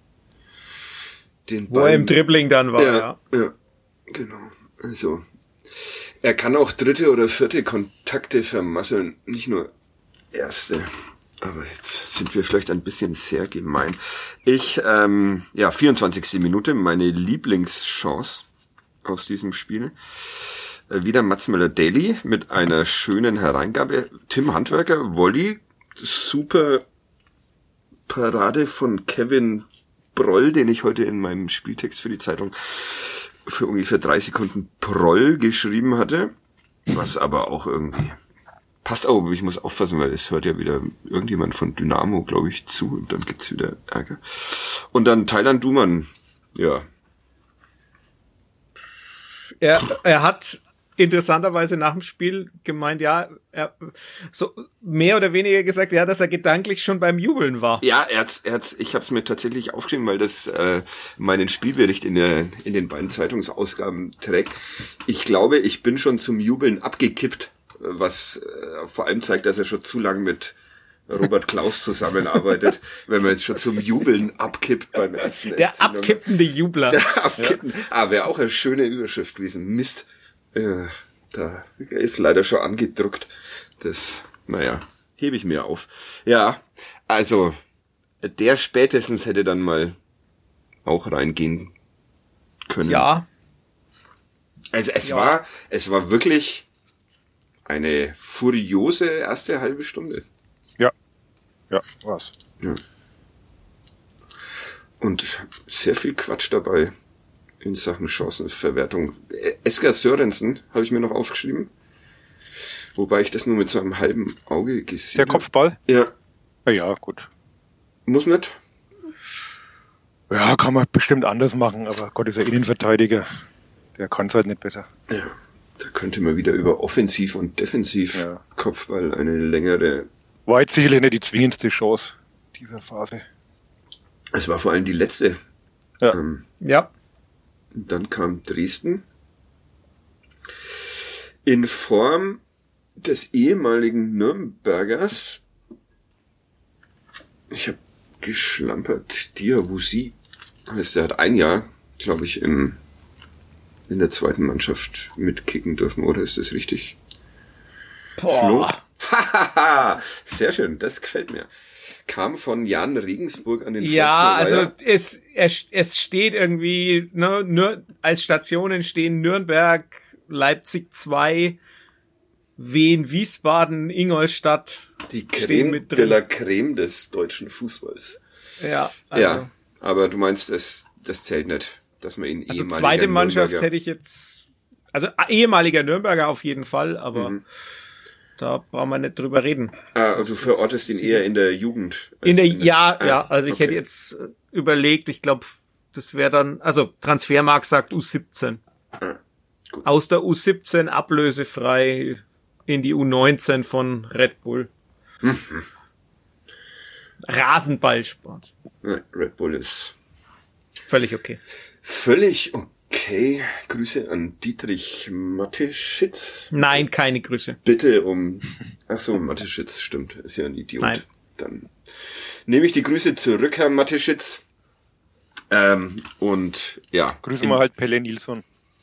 den Wo er im Ball- Dribbling dann war, ja. ja, ja, genau. Also, er kann auch dritte oder vierte Kontakte vermasseln, nicht nur erste. Aber jetzt sind wir vielleicht ein bisschen sehr gemein. Ich, ähm, ja, vierundzwanzigste Minute, meine Lieblingschance aus diesem Spiel. Äh, wieder Mats Möller-Daly mit einer schönen Hereingabe. Tim Handwerker, Volley, super Parade von Kevin Broll, den ich heute in meinem Spieltext für die Zeitung für ungefähr drei Sekunden Proll geschrieben hatte. Was aber auch irgendwie passt auch, aber ich muss aufpassen, weil es hört ja wieder irgendjemand von Dynamo, glaube ich, zu und dann gibt's wieder Ärger. Und dann Thailand Dumann, ja. Er, er hat interessanterweise nach dem Spiel gemeint, ja, er, so mehr oder weniger gesagt, ja, dass er gedanklich schon beim Jubeln war. Ja, er hat's, er hat's, ich habe es mir tatsächlich aufgeschrieben, weil das äh, meinen Spielbericht in der in den beiden Zeitungsausgaben trägt. Ich glaube, ich bin schon zum Jubeln abgekippt, was äh, vor allem zeigt, dass er schon zu lange mit Robert Klaus zusammenarbeitet, wenn man jetzt schon zum Jubeln abkippt beim ersten Der F C abkippende Jubler. Der abkippen. Ja. Ah, wäre auch eine schöne Überschrift gewesen. Mist. Ja, da ist leider schon angedruckt. Das, naja, hebe ich mir auf. Ja, also, der spätestens hätte dann mal auch reingehen können. Ja. Also es Ja. war, es war wirklich eine furiose erste halbe Stunde. Ja. Ja, was. Ja. Und sehr viel Quatsch dabei in Sachen Chancenverwertung. Esker Sörensen habe ich mir noch aufgeschrieben. Wobei ich das nur mit so einem halben Auge gesehen Der habe. Kopfball? Ja. Na ja, gut. Muss nicht. Ja, kann man bestimmt anders machen, aber Gott ist ja Innenverteidiger. Der kann es halt nicht besser. Ja. Da könnte man wieder über Offensiv und Defensiv Ja. Kopfball eine längere... War jetzt sicherlich nicht die zwingendste Chance dieser Phase. Es war vor allem die letzte. Ja. Ähm, Ja. Dann kam Dresden in Form des ehemaligen Nürnbergers. Ich habe geschlampert. Diawusi heißt, er hat ein Jahr, glaube ich, in, in der zweiten Mannschaft mitkicken dürfen, oder ist das richtig? Flo? Hahaha, sehr schön, das gefällt mir. Kam von Jan Regensburg an den Ja, Pforzner also es, es, es steht irgendwie, ne, nur als Stationen stehen Nürnberg, Leipzig zwei, Wien, Wiesbaden, Ingolstadt. Die stehen Creme mit de drin. la Creme des deutschen Fußballs. Ja, also, Ja, aber du meinst, das, das zählt nicht, dass man ihn also ehemaliger zweite Mannschaft Nürnberger- hätte ich jetzt, also ehemaliger Nürnberger auf jeden Fall, aber Mhm. da brauchen wir nicht drüber reden. Ah, also du verortest ihn eher in der Jugend. als In der, ja, Ah, ja, also ich okay. hätte jetzt äh, überlegt, ich glaube, das wäre dann, also Transfermarkt sagt U siebzehn. Ah, gut. Aus der U siebzehn ablösefrei in die U neunzehn von Red Bull. Mhm. Rasenballsport. Nein, Red Bull ist Völlig okay. völlig okay. Grüße an Dietrich Mateschitz. Nein, keine Grüße. Bitte um... Ach so, Mateschitz, stimmt. Ist ja ein Idiot. Nein. Dann nehme ich die Grüße zurück, Herr Mateschitz. Ähm, und ja. Grüßen in- wir halt Pelle Nilsson.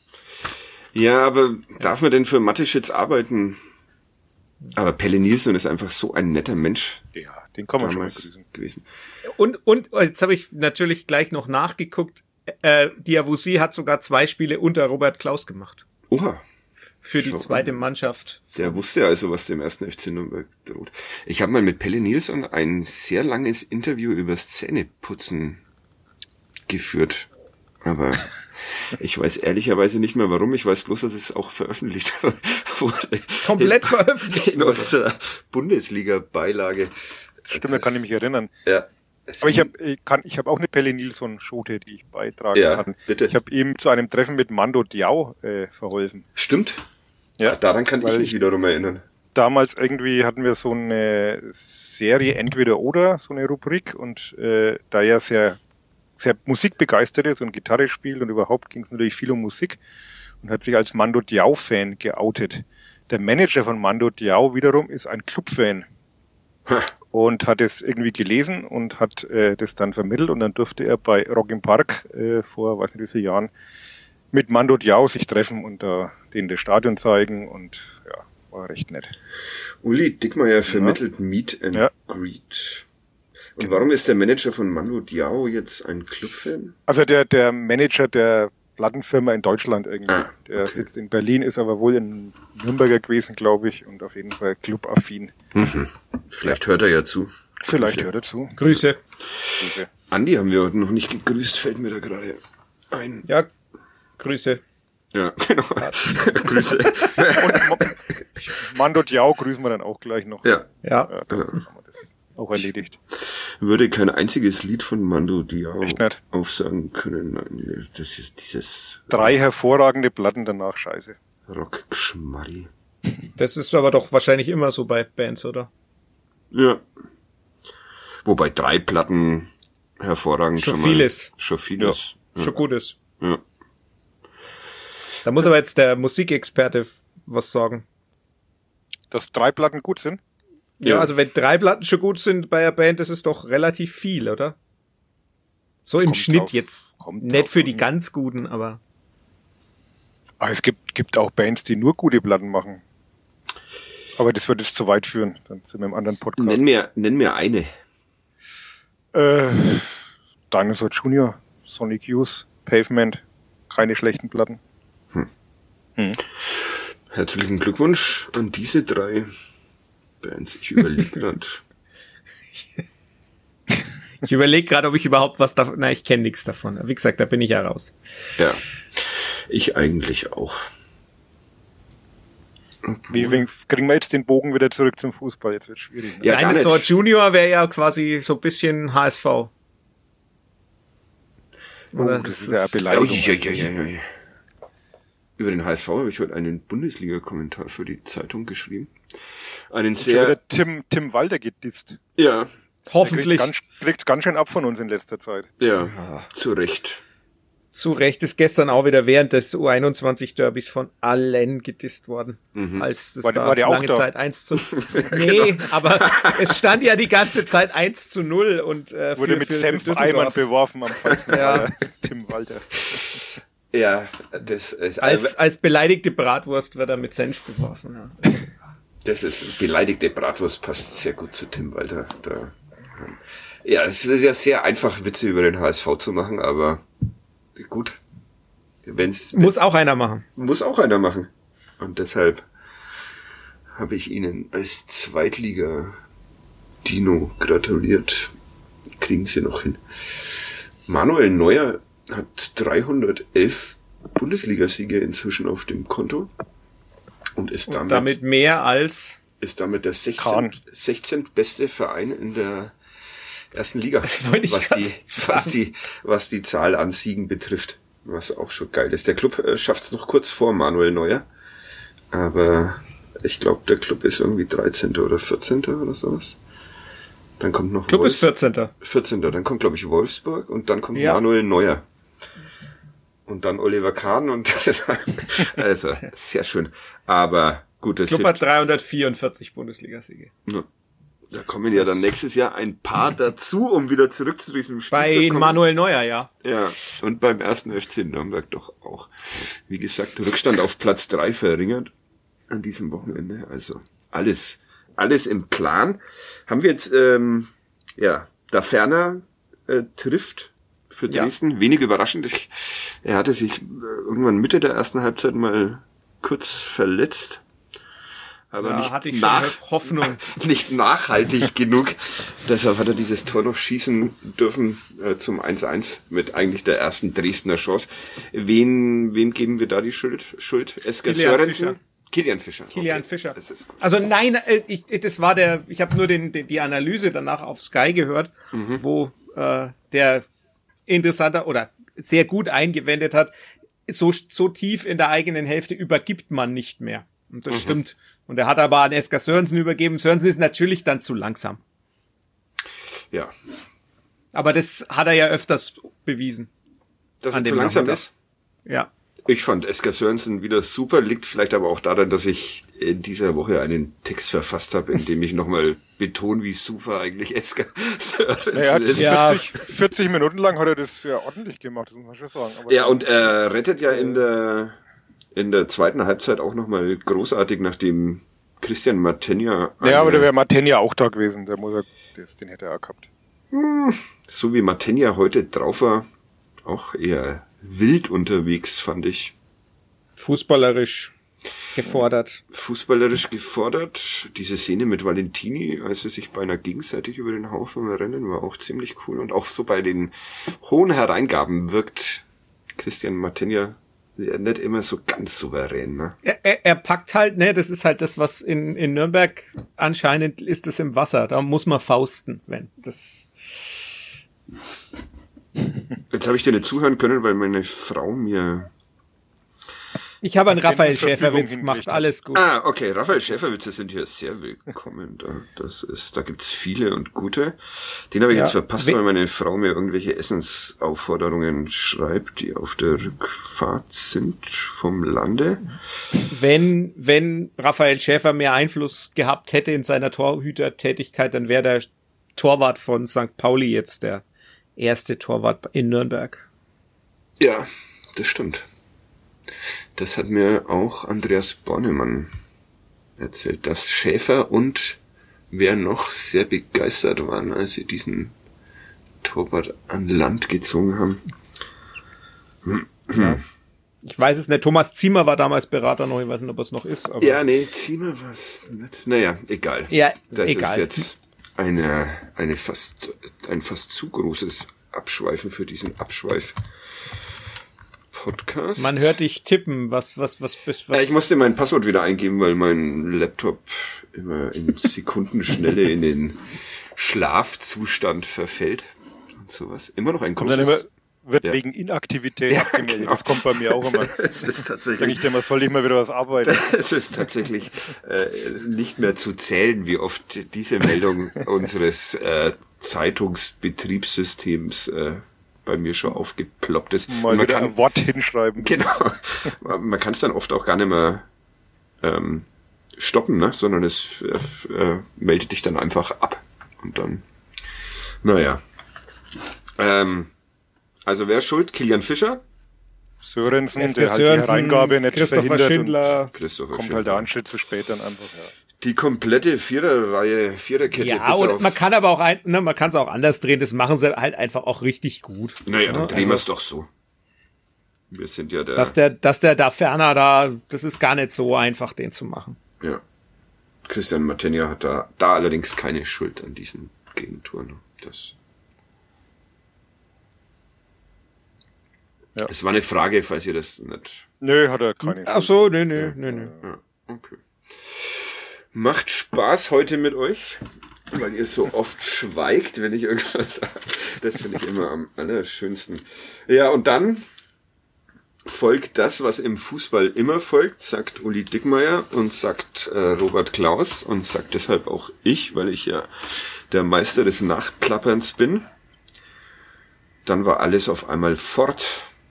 Ja, aber darf man denn für Mateschitz arbeiten? Aber Pelle Nilsson ist einfach so ein netter Mensch Ja, den kann man schon mal damals grüßen. gewesen. Und, und jetzt habe ich natürlich gleich noch nachgeguckt. Äh, Diawusi hat sogar zwei Spiele unter Robert Klaus gemacht. Oha, Für die Schau zweite an. Mannschaft. der wusste also, was dem ersten F C Nürnberg droht. Ich habe mal mit Pelle Nilsson ein sehr langes Interview übers Zähneputzen geführt. Aber ich weiß ehrlicherweise nicht mehr warum. Ich weiß bloß, dass es auch veröffentlicht wurde. Komplett in, veröffentlicht. in unserer Bundesliga-Beilage. Stimmt, da kann ich mich erinnern. Ja. Es Aber ich ging- habe ich kann, ich hab auch eine Pelle Nilsson-Schote, die ich beitragen Ja, kann. bitte. Ich habe ihm zu einem Treffen mit Mando Diao äh, verholfen. Stimmt. Ja, Daran kann ich weil mich wiederum erinnern. damals irgendwie hatten wir so eine Serie Entweder oder, so eine Rubrik, und äh, da er sehr, sehr musikbegeistert ist und Gitarre spielt und überhaupt ging es natürlich viel um Musik und hat sich als Mando Diao-Fan geoutet. Der Manager von Mando Diao wiederum ist ein Clubfan Ha. und hat es irgendwie gelesen und hat äh, das dann vermittelt, und dann durfte er bei Rock im Park äh, vor, weiß nicht wie vielen Jahren, mit Mando Diao sich treffen und da denen das Stadion zeigen, und ja, war recht nett. Uli Dickmeyer vermittelt Meet and Ja. Greet. Und warum ist der Manager von Mando Diao jetzt ein Clubfan? Also der, der Manager der Plattenfirma in Deutschland irgendwie. Ah, der okay. sitzt in Berlin, ist aber wohl in Nürnberger gewesen, glaube ich, und auf jeden Fall clubaffin. Vielleicht hört er ja zu. Vielleicht Grüße. hört er zu. Grüße. Grüße. Andi haben wir heute noch nicht gegrüßt, fällt mir da gerade ein. Ja, Grüße. Ja, genau. Grüße. Und Mo- Mando Diao grüßen wir dann auch gleich noch. Ja. Ja. Ja, dann haben wir das auch erledigt. Würde kein einziges Lied von Mando Diao Echt nicht? aufsagen können. Nein, das ist dieses... Drei hervorragende Platten, danach scheiße. Rock-Geschmarri. Das ist aber doch wahrscheinlich immer so bei Bands, oder? Ja. Wobei drei Platten hervorragend Schon schon viel mal, ist. Schon viel Ja. ist. Ja. Schon gut ist. Ja. Da muss aber jetzt der Musikexperte was sagen. Dass drei Platten gut sind? Ja, Ja. also wenn drei Platten schon gut sind bei einer Band, das ist doch relativ viel, oder? So im Kommt Schnitt drauf- jetzt. kommt Nicht drauf für die an. ganz Guten, aber Aber es gibt, gibt auch Bands, die nur gute Platten machen. Aber das wird jetzt zu weit führen. Dann sind wir im anderen Podcast. Nenn mir, nenn mir eine. Äh, Dinosaur Junior, Sonic Youth, Pavement, keine schlechten Platten. Herzlichen Glückwunsch an diese drei Bands. Ich überlege gerade. ich überlege gerade, ob ich überhaupt was davon... Nein, ich kenne nichts davon. Wie gesagt, da bin ich ja raus. Ja. Ich eigentlich auch. Wie wie kriegen wir jetzt den Bogen wieder zurück zum Fußball? Jetzt wird schwierig. Ne? Ja, gar Dinosaur nicht. Junior wäre ja quasi so ein bisschen H S V. Oh, Oder das ist ist ja eine das- Beleidigung. Ui, ui, ui, ui. Über den H S V habe ich heute einen Bundesliga-Kommentar für die Zeitung geschrieben. Einen Schon sehr, wieder Tim, Tim Walter gedisst. ja, Der Hoffentlich. kriegt ganz, kriegt's ganz schön ab von uns in letzter Zeit. ja, zu Recht. Zu Recht ist gestern auch wieder während des U einundzwanzig Derbys von allen gedisst worden. Mhm. Als es War die- da war die auch lange da? Zeit eins zu Nee, aber es stand ja die ganze Zeit eins zu null und äh, Wurde für, mit für, für Senfeimern Düsseldorf. beworfen am falschen Ja. Mal. Tim Walter. Ja, das ist, Als, als beleidigte Bratwurst wird er mit Senf beworfen. Ja. das ist, beleidigte Bratwurst passt sehr gut zu Tim Walter. Da, ja, es ist ja sehr einfach, Witze über den H S V zu machen, aber gut. Wenn's, Muss wenn's- auch einer machen. Muss auch einer machen. Und deshalb habe ich Ihnen als Zweitliga-Dino gratuliert. Kriegen Sie noch hin. Manuel Neuer hat dreihundertelf Bundesligasiege inzwischen auf dem Konto und ist damit, Damit mehr als... ist damit der Kahn. sechzehnte sechzehnte beste Verein in der ersten Liga, Das wollte ich was grad die, was die, was die Zahl an Siegen betrifft. Was auch schon geil ist. Der Club äh, schafft es noch kurz vor Manuel Neuer. Aber ich glaube, der Club ist irgendwie dreizehnte oder vierzehnte oder sowas. Dann kommt noch Club Wolfs- ist vierzehnter vierzehnte Dann kommt, glaube ich, Wolfsburg und dann kommt Ja. Manuel Neuer. Und dann Oliver Kahn und also, sehr schön. Aber gut, das Club hilft. hat dreihundertvierundvierzig Bundesligasiege. Ja. Da kommen ja dann nächstes Jahr ein paar dazu, um wieder zurück zu diesem Spiel Bei zu kommen. Manuel Neuer, ja. Ja, und beim ersten F C Nürnberg doch auch. Wie gesagt, Rückstand auf Platz drei verringert an diesem Wochenende. Also alles, alles im Plan. Haben wir jetzt, ähm, ja, da Ferner äh, trifft für Ja. Dresden. Wenig überraschend. Ich, er hatte sich äh, irgendwann Mitte der ersten Halbzeit mal kurz verletzt. Aber Da nicht hatte ich schon nach, Hoffnung. nicht nachhaltig genug. Deshalb hat er dieses Tor noch schießen dürfen äh, zum eins eins mit eigentlich der ersten Dresdner Chance. Wen, wen geben wir da die Schuld? Schuld? Esker Kilian Sörensen? Fischer. Kilian Fischer. Kilian Okay, Fischer. Das ist gut. Also nein, äh, ich, das war der, ich habe nur den, den, die Analyse danach auf Sky gehört, wo äh, der interessanter oder sehr gut eingewendet hat, so, so tief in der eigenen Hälfte übergibt man nicht mehr. Und das stimmt. Und er hat aber an Esker Sörensen übergeben. Sörensen ist natürlich dann zu langsam. Ja. Aber das hat er ja öfters bewiesen. Dass An er zu dem langsam Nachmittag. ist. Ja. Ich fand Esker Sörensen wieder super, liegt vielleicht aber auch daran, dass ich in dieser Woche einen Text verfasst habe, in dem ich nochmal betone, wie super eigentlich Esker Sörensen Er hat ist. Ja. vierzig, vierzig Minuten lang hat er das ja ordentlich gemacht, das muss man schon sagen. Aber Ja, und er rettet ja in der in der zweiten Halbzeit auch nochmal großartig, nachdem Christian Martenja ja, aber da eine- wäre Martin auch da gewesen, der muss er, das, den hätte er auch gehabt. so wie Martenja heute drauf war, auch eher wild unterwegs, fand ich. Fußballerisch gefordert. Fußballerisch gefordert. Diese Szene mit Valentini, als sie sich beinahe gegenseitig über den Haufen rennen, war auch ziemlich cool. Und auch so bei den hohen Hereingaben wirkt Christian Martenja ja nicht immer so ganz souverän, ne? Er, er, er packt halt, ne, das ist halt das, was in, in Nürnberg anscheinend ist es im Wasser. Da muss man fausten, wenn das. Jetzt habe ich dir nicht zuhören können, weil meine Frau mir Ich habe einen Raphael Verfügung Schäfer-Witz hingekriegt gemacht, hat. alles gut. Ah, okay. Raphael Schäfer-Witze sind hier sehr willkommen. Da, das ist, da gibt's viele und gute. Den habe ich Ja. jetzt verpasst, We- weil meine Frau mir irgendwelche Essensaufforderungen schreibt, die auf der Rückfahrt sind vom Lande. Wenn, wenn Raphael Schäfer mehr Einfluss gehabt hätte in seiner Torhütertätigkeit, dann wäre der Torwart von Sankt Pauli jetzt der erste Torwart in Nürnberg. Ja, das stimmt. Das hat mir auch Andreas Bornemann erzählt, dass Schäfer und wer noch sehr begeistert waren, als sie diesen Torwart an Land gezogen haben. Ja. Ich weiß es nicht, Thomas Ziemer war damals Berater noch, ich weiß nicht, ob es noch ist. Aber Ja, nee, Ziemer war's nicht. Naja, egal. Ja, das egal. ist jetzt eine, eine fast, ein fast zu großes Abschweifen für diesen Abschweif-Podcast. Man hört dich tippen, was, was, was, was, was Ja, ich musste mein Passwort wieder eingeben, weil mein Laptop immer in Sekundenschnelle in den Schlafzustand verfällt und sowas. Immer noch ein Kommt dann immer, großes... wird Ja. wegen Inaktivität Ja, abgemeldet. genau. Das kommt bei mir auch immer. Es ist Sag tatsächlich... ich dir mal, soll ich mal wieder was arbeiten? Es ist tatsächlich äh, nicht mehr zu zählen, wie oft diese Meldung unseres äh, Zeitungsbetriebssystems äh, bei mir schon aufgeploppt ist. Mal Und man wieder kann, ein Wort hinschreiben. genau, man kann es dann oft auch gar nicht mehr ähm, stoppen, ne? Sondern es äh, äh, meldet dich dann einfach ab. Und dann, naja. Ähm, also wer ist schuld? Kilian Fischer? Sörensen, Esker der halt Sörensen, die Hereingabe nicht Christopher verhindert Schindler. Christopher und kommt Schindler. halt der Anschnitt zu spät dann einfach. Ja. Die komplette Viererreihe, Viererkette Ja, bis und auf... man kann aber auch ein, ne, man kann es auch anders drehen, das machen sie halt einfach auch richtig gut. Naja, dann Ja, drehen wir also- es doch so. Wir sind ja der... Dass der, dass der da ferner da, das ist gar nicht so einfach, den zu machen. Ja. Christian Martinia hat da, da allerdings keine Schuld an diesen Gegentoren. Das... Ja. Es war eine Frage, falls ihr das nicht... Nö, hat er keine. Ach so, nö, nö, nö, nö. Ja, okay. Macht Spaß heute mit euch, weil ihr so oft schweigt, wenn ich irgendwas sage. Das finde ich immer am allerschönsten. Ja, und dann folgt das, was im Fußball immer folgt, sagt Uli Dickmeyer und sagt äh, Robert Klaus und sagt deshalb auch ich, weil ich ja der Meister des Nachplapperns bin. Dann war alles auf einmal fort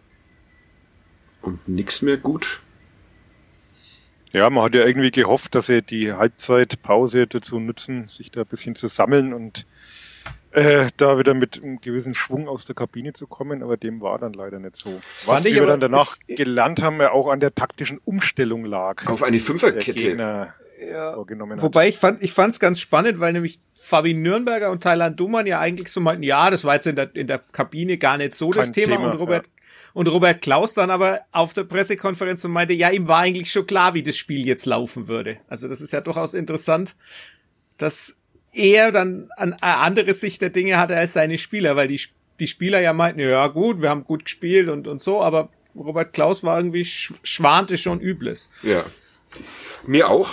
und nix mehr gut. Ja, man hat ja irgendwie gehofft, dass sie die Halbzeitpause dazu nutzen, sich da ein bisschen zu sammeln und äh, da wieder mit einem gewissen Schwung aus der Kabine zu kommen, aber dem war dann leider nicht so. Was fand ich wir aber- dann danach es- gelernt haben, ja auch an der taktischen Umstellung lag. Auf eine der Fünferkette. Gegner Ja. vorgenommen hat. Wobei ich fand, ich fand's ganz spannend, weil nämlich Fabi Nürnberger und Thailand Duman ja eigentlich so meinten, ja, das war jetzt in der, in der Kabine gar nicht so das Kein Thema, Thema, und Robert, und Robert Klaus dann aber auf der Pressekonferenz und meinte, ja, ihm war eigentlich schon klar, wie das Spiel jetzt laufen würde. Also das ist ja durchaus interessant, dass er dann an eine andere Sicht der Dinge hatte als seine Spieler, weil die, die Spieler ja meinten, ja gut, wir haben gut gespielt und, und so, aber Robert Klaus war irgendwie sch- schwante schon Übles. Ja. Mir auch.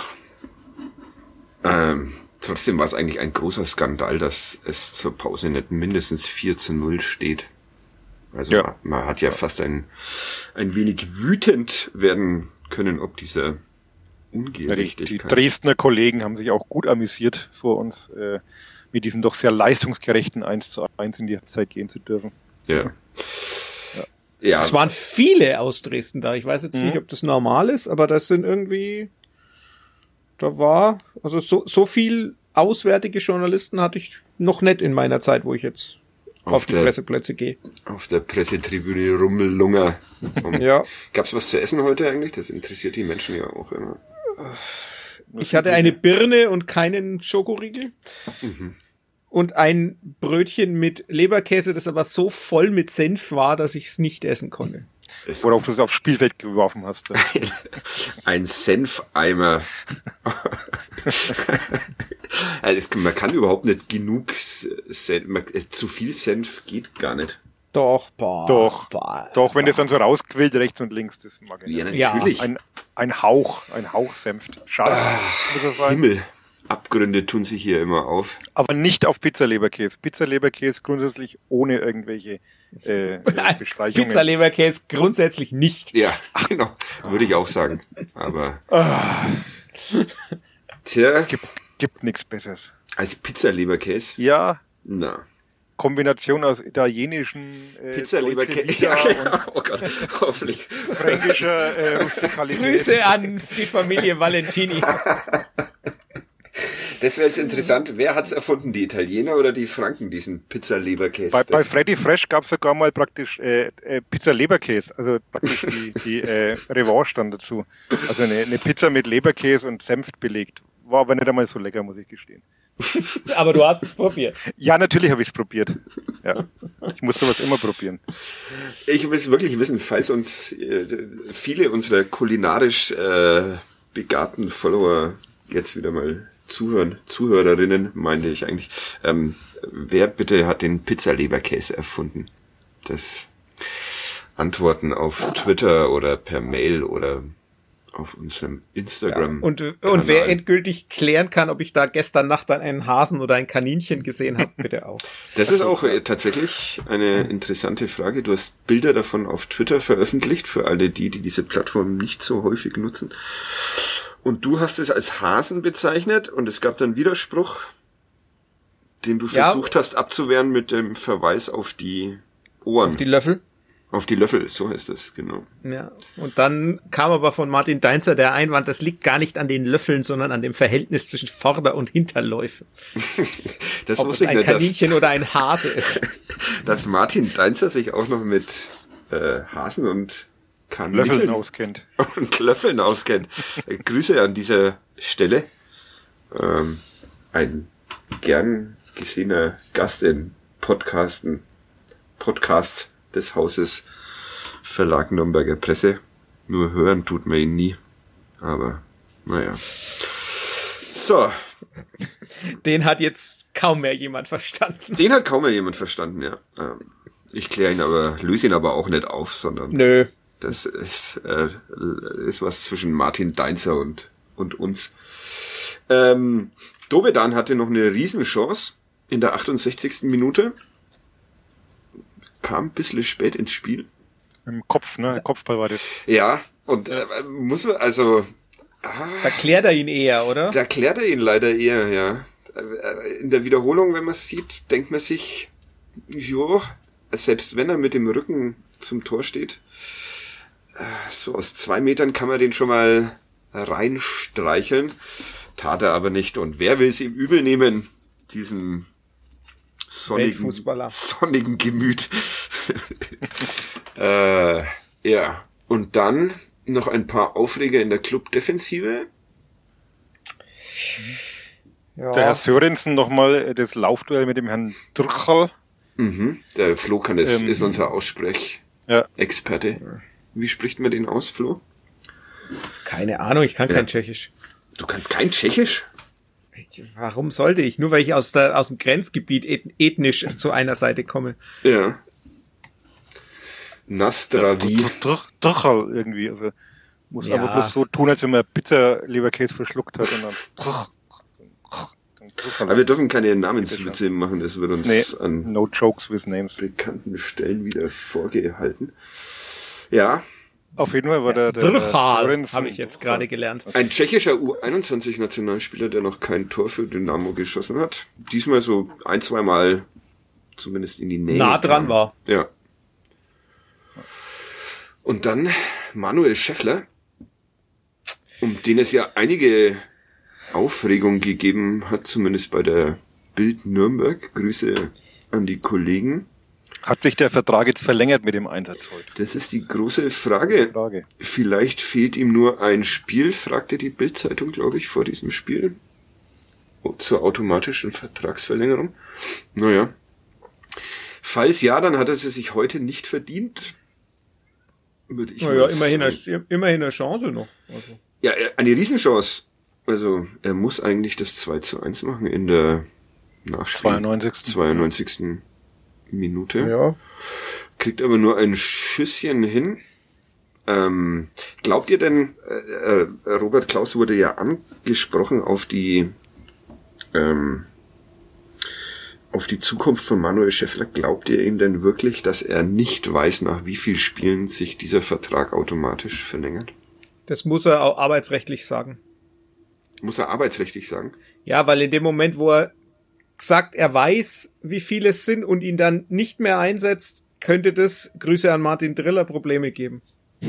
Ähm, trotzdem war es eigentlich ein großer Skandal, dass es zur Pause nicht mindestens vier zu null steht. Also Ja. man, man hat ja fast ein, ein wenig wütend werden können, ob dieser Ja, die, die Ungerechtigkeit. Dresdner Kollegen haben sich auch gut amüsiert, vor uns äh, mit diesem doch sehr leistungsgerechten eins zu eins in die Halbzeit gehen zu dürfen. ja. Ja. Es waren viele aus Dresden da. Ich weiß jetzt Mhm. nicht, ob das normal ist, aber das sind irgendwie, da war, also so, so viel auswärtige Journalisten hatte ich noch nicht in meiner Zeit, wo ich jetzt auf, Auf die der- Presseplätze gehe. auf der Pressetribüne Rummellunger. Um, Ja. Gab's was zu essen heute eigentlich? Das interessiert die Menschen ja auch immer. Ich hatte eine Birne und keinen Schokoriegel. Und ein Brötchen mit Leberkäse, das aber so voll mit Senf war, dass ich es nicht essen konnte. Es Worauf du es aufs Spielfeld geworfen hast. Ein Senfeimer. Also es, man kann überhaupt nicht genug Senf, man, zu viel Senf geht gar nicht. Doch, boah. Doch, boah, doch, wenn das dann so rausquillt, rechts und links, das mag ich Ja, nicht. Ja. natürlich. Ein, ein Hauch, ein Hauch Senft. Schade, muss er sein. Himmel. Abgründe tun sich hier immer auf. Aber nicht auf Pizza-Leberkäse. Pizza-Leberkäse grundsätzlich ohne irgendwelche äh, Nein, Bestreichungen. Pizza-Leberkäse grundsätzlich nicht. Ja, genau. Würde ich auch sagen. Aber, Ah, tja, gibt, gibt nichts Besseres. als Pizza-Leberkäse, Ja, na. Kombination aus italienischen äh, Pizza-Leberkäse, Dolce ja, Vita genau. Oh Gott, hoffentlich. und fränkischer äh, Rustikalität. Grüße an die Familie Valentini. Das wäre jetzt interessant. Wer hat's erfunden? Die Italiener oder die Franken, diesen Pizza-Leberkäse? Bei, bei Das- Freddy Fresh gab es sogar mal praktisch äh, äh, Pizza-Leberkäse, also praktisch die, die äh, Revanche dann dazu. Also eine, eine Pizza mit Leberkäse und Senf belegt. War aber nicht einmal so lecker, muss ich gestehen. Aber du hast es probiert. Ja, natürlich habe ich es probiert. Ja. Ich muss sowas immer probieren. Ich will es wirklich wissen, falls uns äh, viele unserer kulinarisch äh, begabten Follower jetzt wieder mal zuhören, Zuhörerinnen, meinte ich eigentlich, ähm, wer bitte hat den Pizza-Leberkäse erfunden? Das Antworten auf Twitter oder per Mail oder auf unserem Instagram. Und, und wer endgültig klären kann, ob ich da gestern Nacht dann einen Hasen oder ein Kaninchen gesehen habe, bitte auch. Das ist auch äh, tatsächlich eine interessante Frage. Du hast Bilder davon auf Twitter veröffentlicht, für alle die, die diese Plattform nicht so häufig nutzen. Und du hast es als Hasen bezeichnet und es gab dann Widerspruch, den du Ja. versucht hast abzuwehren mit dem Verweis auf die Ohren. Auf die Löffel. Auf die Löffel, so heißt das, genau. Ja. Und dann kam aber von Martin Deinzer der Einwand, das liegt gar nicht an den Löffeln, sondern an dem Verhältnis zwischen Vorder- und Hinterläufen. Das Ob es wusste ich ein nicht, dass, Kaninchen oder ein Hase ist. dass Martin Deinzer sich auch noch mit äh, Hasen und Kaninchen Löffeln auskennt. und Löffeln auskennt. Äh, Grüße an dieser Stelle. Ähm, ein gern gesehener Gast in Podcasten, Podcasts des Hauses Verlag Nürnberger Presse. Nur hören tut man ihn nie. Aber, naja. So, Den hat jetzt kaum mehr jemand verstanden. den hat kaum mehr jemand verstanden, ja. Ähm, ich kläre ihn aber, löse ihn aber auch nicht auf, sondern Nö. das ist, äh, ist was zwischen Martin Deinzer und, und uns. Ähm, Dovedan hatte noch eine Riesenchance in der achtundsechzigsten Minute. Kam ein bisschen spät ins Spiel. Im Kopf, ne? Kopfball war das. Ja, und äh, muss man, also, Da klärt er ihn eher, oder? da klärt er ihn leider eher, ja. Äh, In der Wiederholung, wenn man es sieht, denkt man sich, jo, selbst wenn er mit dem Rücken zum Tor steht, äh, so aus zwei Metern kann man den schon mal reinstreicheln. Tat er aber nicht. Und wer will es ihm übel nehmen? Diesen sonnigen, Weltfußballer. sonnigen Gemüt. äh, ja. Und dann noch ein paar Aufreger in der Clubdefensive. Ja. Der Herr Sörensen nochmal das Laufduell mit dem Herrn Drchal. Mhm. Der Flo kann es, Ähm, ist unser Aussprechexperte. Ja. Wie spricht man den aus, Flo? Keine Ahnung, ich kann Ja. kein Tschechisch. Du kannst kein Tschechisch? Warum sollte ich? Nur weil ich aus, der, aus dem Grenzgebiet eth- ethnisch zu einer Seite komme. Ja. Nastravi. Drchal irgendwie. Also muss Ja. aber bloß so tun, als wenn man Pizza-Leberkäse verschluckt hat und dann. Drch- dann Drchal. Aber wir dürfen keine Namenswitze machen, das wird uns Nee, an no jokes with names. bekannten Stellen wieder vorgehalten. Ja, Auf jeden Fall war der, der Drchal, Sörensen- habe ich jetzt gerade gelernt. ein tschechischer U einundzwanzig Nationalspieler, der noch kein Tor für Dynamo geschossen hat. Diesmal so ein, zwei Mal zumindest in die Nähe. Nah dran kam. war. Ja. Und dann Manuel Schäffler, um den es ja einige Aufregung gegeben hat, zumindest bei der Bild Nürnberg. Grüße an die Kollegen. Hat sich der Vertrag jetzt verlängert mit dem Einsatz heute? Das ist die große Frage. Frage. Vielleicht fehlt ihm nur ein Spiel, fragte die Bild-Zeitung, glaube ich, vor diesem Spiel. Zur automatischen Vertragsverlängerung. Naja. Falls ja, dann hat er sie sich heute nicht verdient. Würde ich Naja, mal immerhin sagen. eine, immerhin eine Chance noch. Also. Ja, eine Riesenchance. Also, er muss eigentlich das zwei zu eins machen in der Nachspiel. zweiundneunzigsten zweiundneunzigsten Minute. Ja. Kriegt aber nur ein Schüsschen hin. Ähm, glaubt ihr denn, äh, äh, Robert Klaus wurde ja angesprochen auf die Ähm, auf die Zukunft von Manuel Schäffler, glaubt ihr ihm denn wirklich, dass er nicht weiß, nach wie vielen Spielen sich dieser Vertrag automatisch verlängert? Das muss er auch arbeitsrechtlich sagen. Muss er arbeitsrechtlich sagen? Ja, weil in dem Moment, wo er sagt, er weiß, wie viele es sind und ihn dann nicht mehr einsetzt, könnte das, Grüße an Martin Driller, Probleme geben.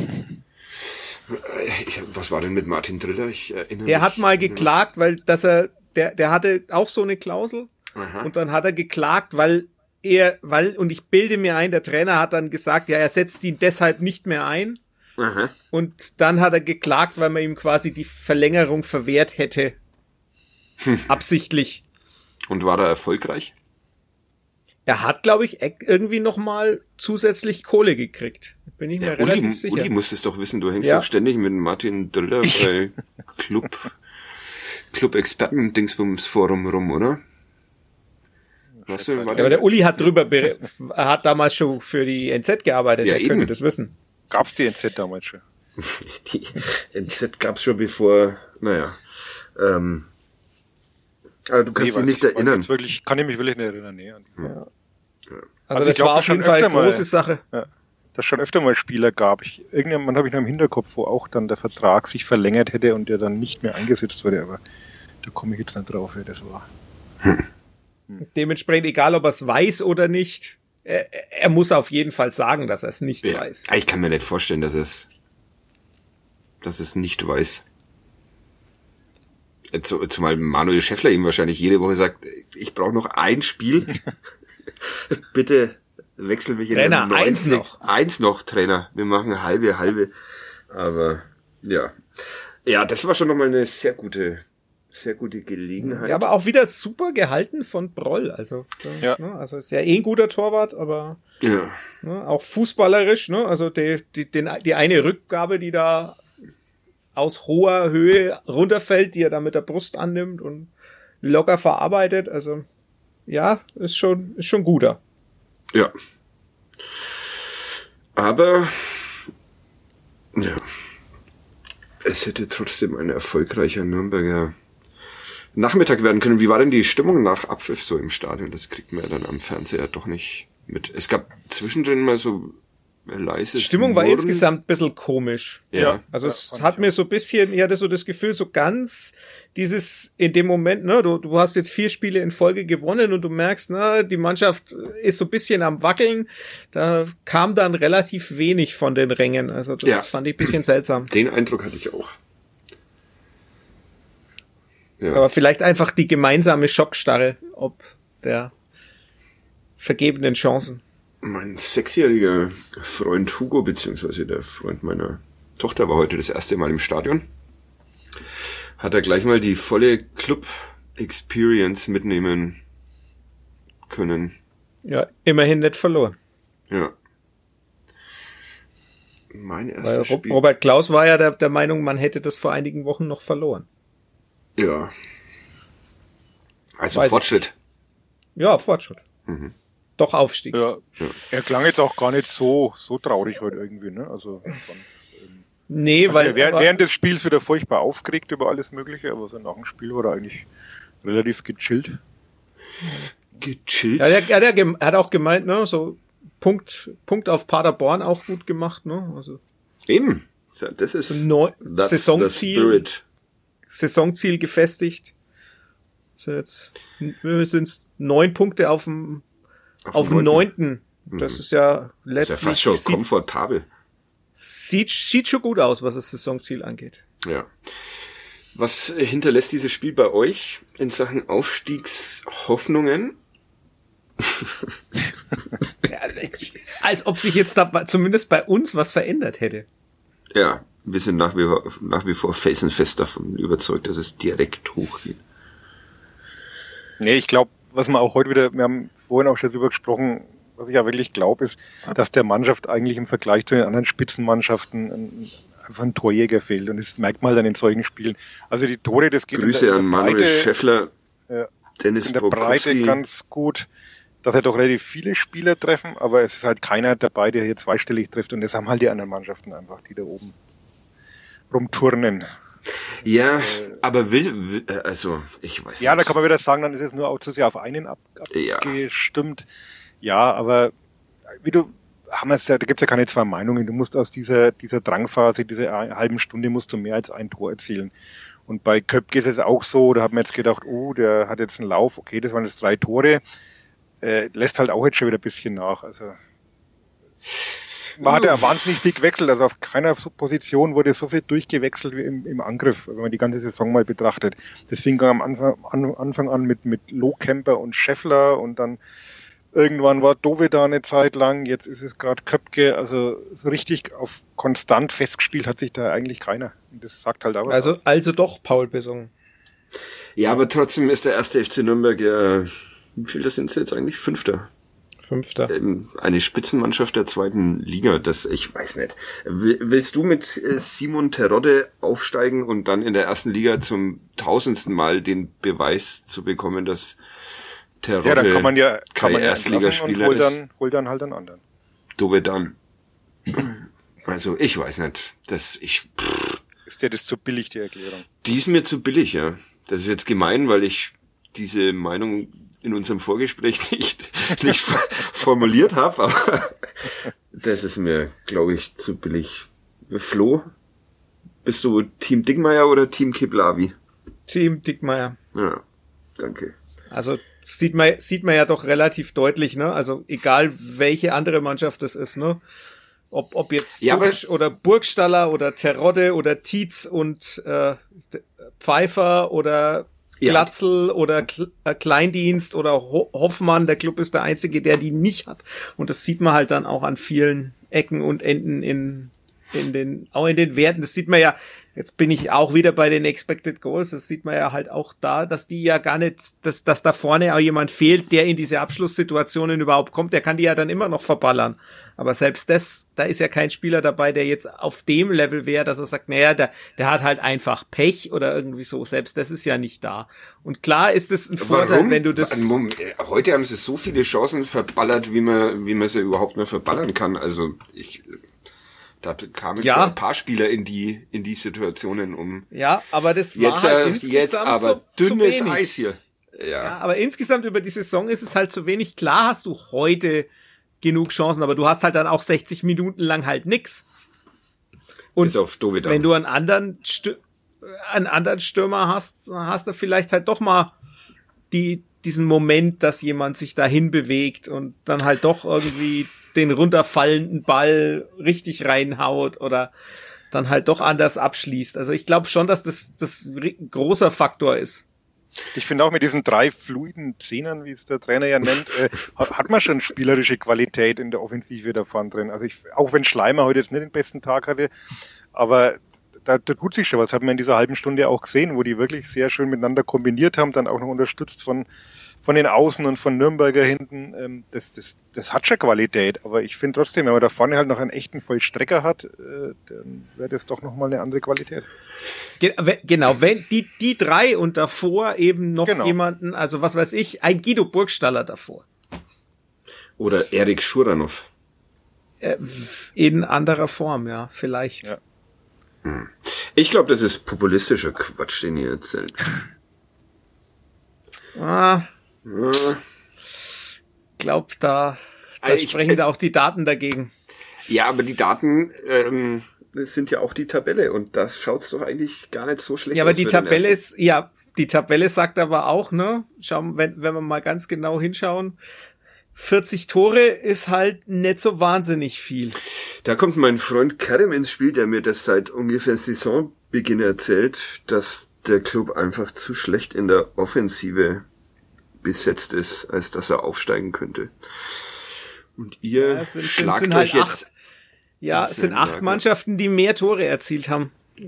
Was war denn mit Martin Driller? Ich erinnere Der mich, hat mal geklagt, weil dass er, der, der hatte auch so eine Klausel. Aha. Und dann hat er geklagt, weil er, weil, und ich bilde mir ein, der Trainer hat dann gesagt, ja, er setzt ihn deshalb nicht mehr ein. Aha. Und dann hat er geklagt, weil man ihm quasi die Verlängerung verwehrt hätte. Absichtlich. Und war er erfolgreich? Er hat, glaube ich, irgendwie nochmal zusätzlich Kohle gekriegt. Bin ich mir Ja, relativ Uli, sicher. Uli muss es doch wissen, du hängst Ja. doch ständig mit Martin Driller bei Club, Club-Experten-Dingsbums-Forum rum, oder? Was du, Ja, aber der Uli hat drüber, ber- er hat damals schon für die N Z gearbeitet, Ja, er könnte eben. das wissen. Gab's die N Z damals schon? Die N Z gab's schon bevor, naja, ähm, aber du kannst Nee, dich weiß nicht ich- weiß erinnern. Jetzt wirklich, kann ich mich wirklich nicht erinnern. Nee, an die- Also, Also das ich glaub, war das auf schon jeden Fall öfter eine mal. große Sache. Ja, dass schon öfter mal Spieler gab. Ich, irgendjemand habe ich noch im Hinterkopf, wo auch dann der Vertrag sich verlängert hätte und der dann nicht mehr eingesetzt wurde, aber da komme ich jetzt nicht drauf, wer das war. Dementsprechend, egal ob er es weiß oder nicht, er, er muss auf jeden Fall sagen, dass er es nicht Ja. weiß. Ich kann mir nicht vorstellen, dass es, dass es nicht weiß. Zu- Zumal Manuel Schäffler ihm wahrscheinlich jede Woche sagt, ich brauche noch ein Spiel. Bitte wechseln wir hier Trainer, in der eins neunzig noch. Eins noch, Trainer. Wir machen halbe, halbe. Aber ja. Ja, das war schon nochmal eine sehr gute, sehr gute Gelegenheit. Ja, aber auch wieder super gehalten von Broll. Also, Ja. ne, also ist ja eh ein guter Torwart, aber ja. ne, auch fußballerisch, ne? Also die, die, den, die eine Rückgabe, die da aus hoher Höhe runterfällt, die er da mit der Brust annimmt und locker verarbeitet. Also ja, ist schon, ist schon guter. Ja. Aber ja, es hätte trotzdem ein erfolgreicher Nürnberger Nachmittag werden können. Wie war denn die Stimmung nach Abpfiff so im Stadion? Das kriegt man ja dann am Fernseher doch nicht mit. Es gab zwischendrin mal so leise Die Stimmung war Murren. insgesamt ein bisschen komisch. Ja. Also Ja, es fand hat ich mir so ein bisschen, ich hatte so das Gefühl, so ganz dieses, in dem Moment, ne, du, du hast jetzt vier Spiele in Folge gewonnen und du merkst, na, die Mannschaft ist so ein bisschen am Wackeln. Da kam dann relativ wenig von den Rängen. Also das Ja. fand ich ein bisschen seltsam. Den Eindruck hatte ich auch. Ja. Aber vielleicht einfach die gemeinsame Schockstarre, ob der vergebenen Chancen. Mein sechsjähriger Freund Hugo, beziehungsweise der Freund meiner Tochter, war heute das erste Mal im Stadion. Hat er gleich mal die volle Club-Experience mitnehmen können. Ja, immerhin nicht verloren. Ja. Mein Weil erstes Rob- Spiel. Robert Klaus war ja der, der Meinung, man hätte das vor einigen Wochen noch verloren. Ja. Also Weiß ich. Fortschritt. Ja, Fortschritt. Mhm. Doch Aufstieg. Ja, er klang jetzt auch gar nicht so, so traurig heute irgendwie, ne? Also, von, Nee, also weil er während, aber- während des Spiels wieder furchtbar aufgeregt über alles Mögliche, aber so nach dem Spiel war er eigentlich relativ gechillt. Gechillt. ja, der, ja, der gem- hat auch gemeint, ne, so Punkt, Punkt auf Paderborn auch gut gemacht, ne? Also Eben. Das ist Neu that's the Saisonziel, spirit. Saisonziel gefestigt. So jetzt wir sind neun Punkte auf dem auf dem neunten. Das ist ja Das ist ja letztlich fast schon sieht, komfortabel. sieht sieht schon gut aus, was das Saisonziel angeht. Ja. Was hinterlässt dieses Spiel bei euch in Sachen Aufstiegshoffnungen? Ja, als ob sich jetzt da bei- zumindest bei uns was verändert hätte. Ja, wir sind nach wie, nach wie vor felsenfest davon überzeugt, dass es direkt hochgeht. Nee, ich glaube, was man auch heute wieder, wir haben vorhin auch schon drüber gesprochen, was ich ja wirklich glaube, ist, dass der Mannschaft eigentlich im Vergleich zu den anderen Spitzenmannschaften ein, einfach ein Torjäger fehlt. Und das merkt man dann in solchen Spielen. Also die Tore, das geht Grüße in der, an in der Manuel Breite, Schäffler, ja, Dennis in der Breite Bobkowski. ganz gut, dass er doch relativ viele Spieler treffen, aber es ist halt keiner dabei, der hier zweistellig trifft. Und das haben halt die anderen Mannschaften einfach, die da oben rumturnen. Ja, äh, aber will, will, also, ich weiß ja, nicht. Da kann man wieder sagen, dann ist es nur auch zu sehr auf einen ab, abgestimmt. Ja. ja, aber wie du, haben wir es ja, da gibt's ja keine zwei Meinungen. Du musst aus dieser, dieser Drangphase, dieser halben Stunde musst du mehr als ein Tor erzielen. Und bei Köpke ist es auch so, da hat man jetzt gedacht, oh, der hat jetzt einen Lauf, okay, das waren jetzt drei Tore, äh, lässt halt auch jetzt schon wieder ein bisschen nach. Also man hat ja wahnsinnig viel gewechselt, also auf keiner Position wurde so viel durchgewechselt wie im, im Angriff, wenn man die ganze Saison mal betrachtet. Das fing am Anfang an, Anfang an mit, mit Lohkemper und Scheffler und dann irgendwann war Dove da eine Zeit lang, jetzt ist es gerade Köpke, also so richtig auf konstant festgespielt hat sich da eigentlich keiner. Und das sagt halt auch was Also, aus. also doch Paul Besson. Ja, aber trotzdem ist der erste F C Nürnberg ja, wie viel das sind sie jetzt eigentlich? Fünfter. Fünfter. Ähm, eine Spitzenmannschaft der zweiten Liga, das, ich weiß nicht. Willst du mit äh, Simon Terodde aufsteigen und dann in der ersten Liga zum tausendsten Mal den Beweis zu bekommen, dass Terodde ja, dann kann man ja kann kein man ja Erstligaspieler und hol ist? dann, hol dann halt einen anderen. Dove dann. Also, ich weiß nicht. Das, ich, pff, ist dir das zu billig, die Erklärung? Die ist mir zu billig, ja. Das ist jetzt gemein, weil ich diese Meinung in unserem Vorgespräch nicht, nicht formuliert habe, aber das ist mir, glaube ich, zu billig. Flo, bist du Team Dickmeyer oder Team Kiblavi? Team Dickmeyer. Ja, danke. Also sieht man sieht man ja doch relativ deutlich, ne? Also egal welche andere Mannschaft das ist, ne? Ob ob jetzt ja, Dukic oder Burgstaller oder Terodde oder Tietz und äh, Pfeiffer oder Glatzel ja. oder K- Kleindienst oder Ho- Hoffmann, der Club ist der einzige, der die nicht hat. Und das sieht man halt dann auch an vielen Ecken und Enden in in den auch in den Werten. Das sieht man ja. Jetzt bin ich auch wieder bei den Expected Goals. Das sieht man ja halt auch da, dass die ja gar nicht, dass, dass da vorne auch jemand fehlt, der in diese Abschlusssituationen überhaupt kommt. Der kann die ja dann immer noch verballern. Aber selbst das, da ist ja kein Spieler dabei, der jetzt auf dem Level wäre, dass er sagt, naja, der, der hat halt einfach Pech oder irgendwie so. Selbst das ist ja nicht da. Und klar ist es ein Vorteil, Warum? wenn du das... Heute haben sie so viele Chancen verballert, wie man, wie man sie überhaupt nur verballern kann. Also ich... Da kamen ja. schon ein paar Spieler in die in die Situationen um. Ja, aber das war jetzt, halt äh, insgesamt jetzt aber so, dünnes so Eis hier. Ja. ja, aber insgesamt über die Saison ist es halt zu wenig. Klar hast du heute genug Chancen, aber du hast halt dann auch sechzig Minuten lang halt nix. Und Bis auf Dovedan. Wenn du einen anderen Stür- einen anderen Stürmer hast, hast du vielleicht halt doch mal die diesen Moment, dass jemand sich dahin bewegt und dann halt doch irgendwie den runterfallenden Ball richtig reinhaut oder dann halt doch anders abschließt. Also ich glaube schon, dass das das ein großer Faktor ist. Ich finde auch mit diesen drei fluiden Zehnern, wie es der Trainer ja nennt, äh, hat man schon spielerische Qualität in der Offensive da vorne drin. Also ich, auch wenn Schleimer heute jetzt nicht den besten Tag hatte, aber da, da tut sich schon was. Hat man in dieser halben Stunde auch gesehen, wo die wirklich sehr schön miteinander kombiniert haben, dann auch noch unterstützt von von den Außen und von Nürnberger hinten. Ähm, das, das, das hat schon Qualität, aber ich finde trotzdem, wenn man da vorne halt noch einen echten Vollstrecker hat, äh, dann wäre das doch nochmal eine andere Qualität. Genau, wenn die die drei und davor eben noch genau. jemanden, also was weiß ich, ein Guido Burgstaller davor. Oder Erik Schuranov. Äh, in anderer Form, ja, vielleicht. Ja. Hm. Ich glaube, das ist populistischer Quatsch, den ihr erzählt. Ah, Ja. glaub, da, da Also ich, sprechen äh, da auch die Daten dagegen. Ja, aber die Daten ähm, das sind ja auch die Tabelle und das schaut's doch eigentlich gar nicht so schlecht aus. Ja, aber die für den Tabelle ersten. ist, ja, die Tabelle sagt aber auch, ne, schauen, wenn, wenn wir mal ganz genau hinschauen, vierzig Tore ist halt nicht so wahnsinnig viel. Da kommt mein Freund Karim ins Spiel, der mir das seit ungefähr Saisonbeginn erzählt, dass der Club einfach zu schlecht in der Offensive besetzt ist, als dass er aufsteigen könnte. Und ihr Ja, es sind- schlagt sind euch halt jetzt... acht. Ja, es sind acht Ja, Mannschaften, die mehr Tore erzielt haben.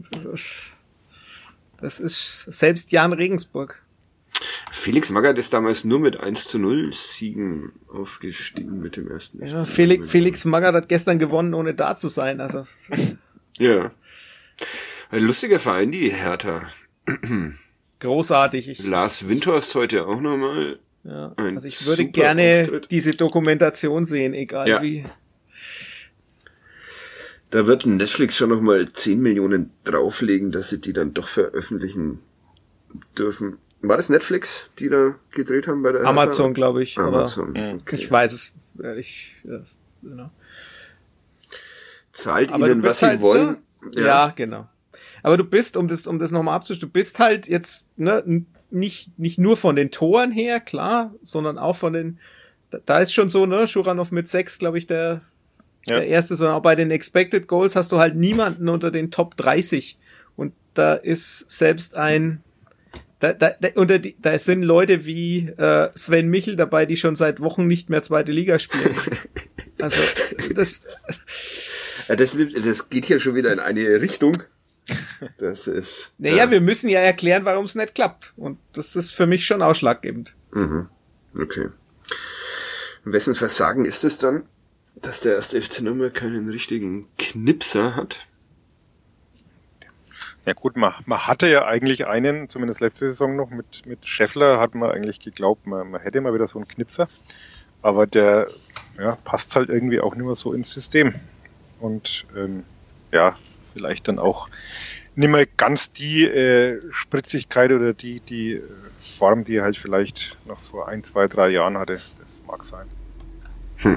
Das ist selbst Jan Regensburg. Felix Magath ist damals nur mit eins zu null Siegen aufgestiegen mit dem ersten. Ja, F C Felix, Nürnberg. Felix Magath hat gestern gewonnen, ohne da zu sein. Also Ja. Ein lustiger Verein, die Hertha. großartig. Ich, Lars Windhorst heute auch nochmal. ja, ein also ich würde super gerne Auftritt. diese Dokumentation sehen, egal Ja. wie. Da wird Netflix schon nochmal zehn Millionen drauflegen, dass sie die dann doch veröffentlichen dürfen. War das Netflix, die da gedreht haben bei der Amazon, glaube ich. Amazon, aber okay. Ich weiß es. Ich, ja, genau. Zahlt aber ihnen, was sie halt, wollen. Ne? Ja. ja, genau. Aber du bist, um das, um das nochmal abzuschließen, du bist halt jetzt ne, nicht, nicht nur von den Toren her, klar, sondern auch von den, da, da ist schon so, ne, Schuranov mit sechs, glaube ich, der, ja. der erste, sondern auch bei den Expected Goals hast du halt niemanden unter den Top dreißig. Und da ist selbst ein, da, da, da, unter die, da sind Leute wie äh, Sven Michel dabei, die schon seit Wochen nicht mehr zweite Liga spielen. Also, das, ja, das, das geht ja schon wieder in eine Richtung. Das ist. Naja, ja. wir müssen ja erklären, warum es nicht klappt. Und das ist für mich schon ausschlaggebend. Mhm. Okay. Wessen Versagen ist es dann, dass der erste F C Nürnberg keinen richtigen Knipser hat? Ja gut, man, man hatte ja eigentlich einen, zumindest letzte Saison noch, mit, mit Scheffler hat man eigentlich geglaubt, man, man hätte mal wieder so einen Knipser. Aber der ja, passt halt irgendwie auch nicht mehr so ins System. Und ähm, ja, vielleicht dann auch nicht mehr ganz die äh, Spritzigkeit oder die, die äh, Form, die er halt vielleicht noch vor ein, zwei, drei Jahren hatte. Das mag sein. Hm.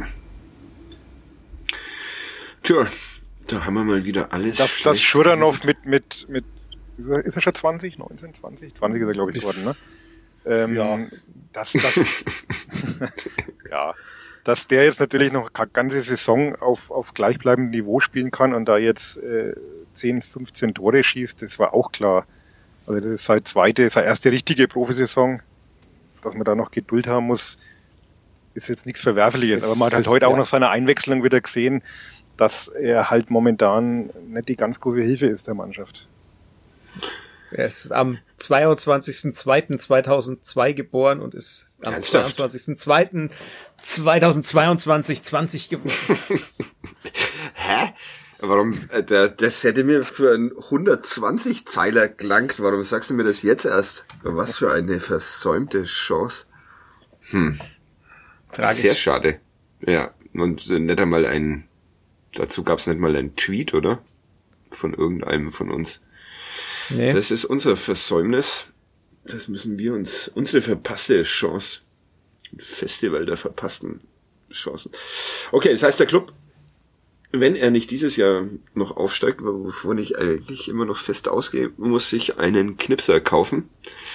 Tja, da haben wir mal wieder alles. Das, das Schuranov mit, mit, mit, ist er schon zwanzig, neunzehn, zwanzig? zwanzig ist er, glaube ich, geworden, ne? Ähm, ja. Das, das, ja. Dass der jetzt natürlich noch eine ganze Saison auf, auf gleichbleibendem Niveau spielen kann und da jetzt äh, zehn, fünfzehn Tore schießt, das war auch klar. Also das ist seine zweite, seine erste richtige Profisaison. Dass man da noch Geduld haben muss, ist jetzt nichts Verwerfliches. Aber man hat halt heute ja. auch nach seiner Einwechslung wieder gesehen, dass er halt momentan nicht die ganz große Hilfe ist der Mannschaft. Er ist am zweiundzwanzigsten zweiten zweitausendzwei geboren und ist am Ernsthaft? zweiundzwanzigsten zweiten zweitausendzweiundzwanzig zwanzig geboren. Hä? Warum? Äh, das hätte mir für einen hundertzwanzig Zeiler gelangt. Warum sagst du mir das jetzt erst? Was für eine versäumte Chance. Hm. Tragisch. Sehr schade. Ja, und nicht einmal ein, dazu gab es nicht mal einen Tweet, oder? Von irgendeinem von uns. Nee. Das ist unser Versäumnis. Das müssen wir uns, unsere verpasste Chance. Ein Festival der verpassten Chancen. Okay, das heißt, der Club, wenn er nicht dieses Jahr noch aufsteigt, wovon ich eigentlich immer noch fest ausgehe, muss sich einen Knipser kaufen.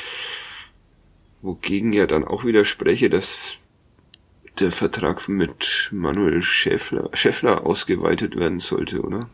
Wogegen ja dann auch widerspreche, dass der Vertrag mit Manuel Schäffler, Schäffler ausgeweitet werden sollte, oder?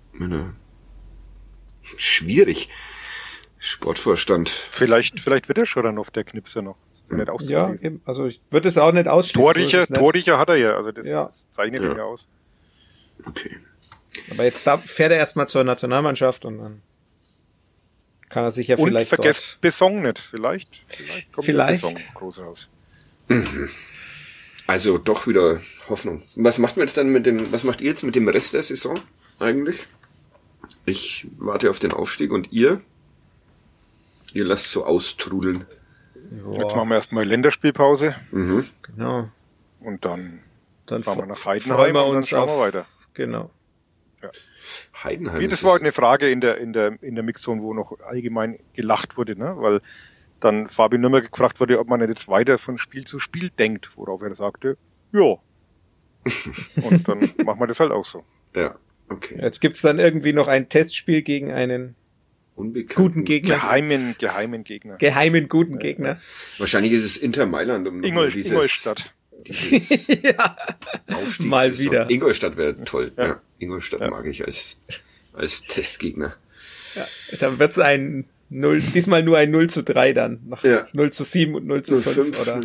Schwierig. Sportvorstand. Vielleicht, vielleicht wird er schon dann auf der Knipser noch. Nicht ja, eben. Also ich würde es auch nicht ausschließen. Torricher, so Torricher hat er ja, also das, ja. das zeichnet ja. ihn ja aus. Okay. Aber jetzt da fährt er erstmal zur Nationalmannschaft und dann kann er sich ja und vielleicht vergesst dort Besson nicht. Vielleicht, vielleicht kommt vielleicht. Besson groß raus. Mhm. Also doch wieder Hoffnung. Was macht man jetzt dann mit dem, was macht ihr jetzt mit dem Rest der Saison eigentlich? Ich warte auf den Aufstieg und ihr? Ihr lasst so austrudeln. Joa. Jetzt machen wir erstmal Länderspielpause. Mhm. Genau. Und dann, dann fahren wir nach Heidenheim wir und dann uns schauen auf, wir weiter. Genau. Ja. Heidenheim. Wie, das war eine Frage in der, in der, in der Mixzone, wo noch allgemein gelacht wurde, ne? Weil dann Fabian Nürnberg gefragt wurde, ob man nicht jetzt weiter von Spiel zu Spiel denkt, worauf er sagte, ja. Und dann machen wir das halt auch so. Ja, okay. Jetzt gibt's dann irgendwie noch ein Testspiel gegen einen Unbekannten. Guten Gegner. Geheimen, geheimen Gegner. Geheimen guten ja. Gegner. Wahrscheinlich ist es Inter Mailand um Ingol, dieses, Ingolstadt. Dieses ja. Mal wieder. Ingolstadt wäre toll. Ja. Ja. Ingolstadt ja. mag ich als, als Testgegner. Ja. Dann wird's ein null, diesmal nur ein null zu drei dann. Nach ja. null zu sieben und null zu fünf, oder?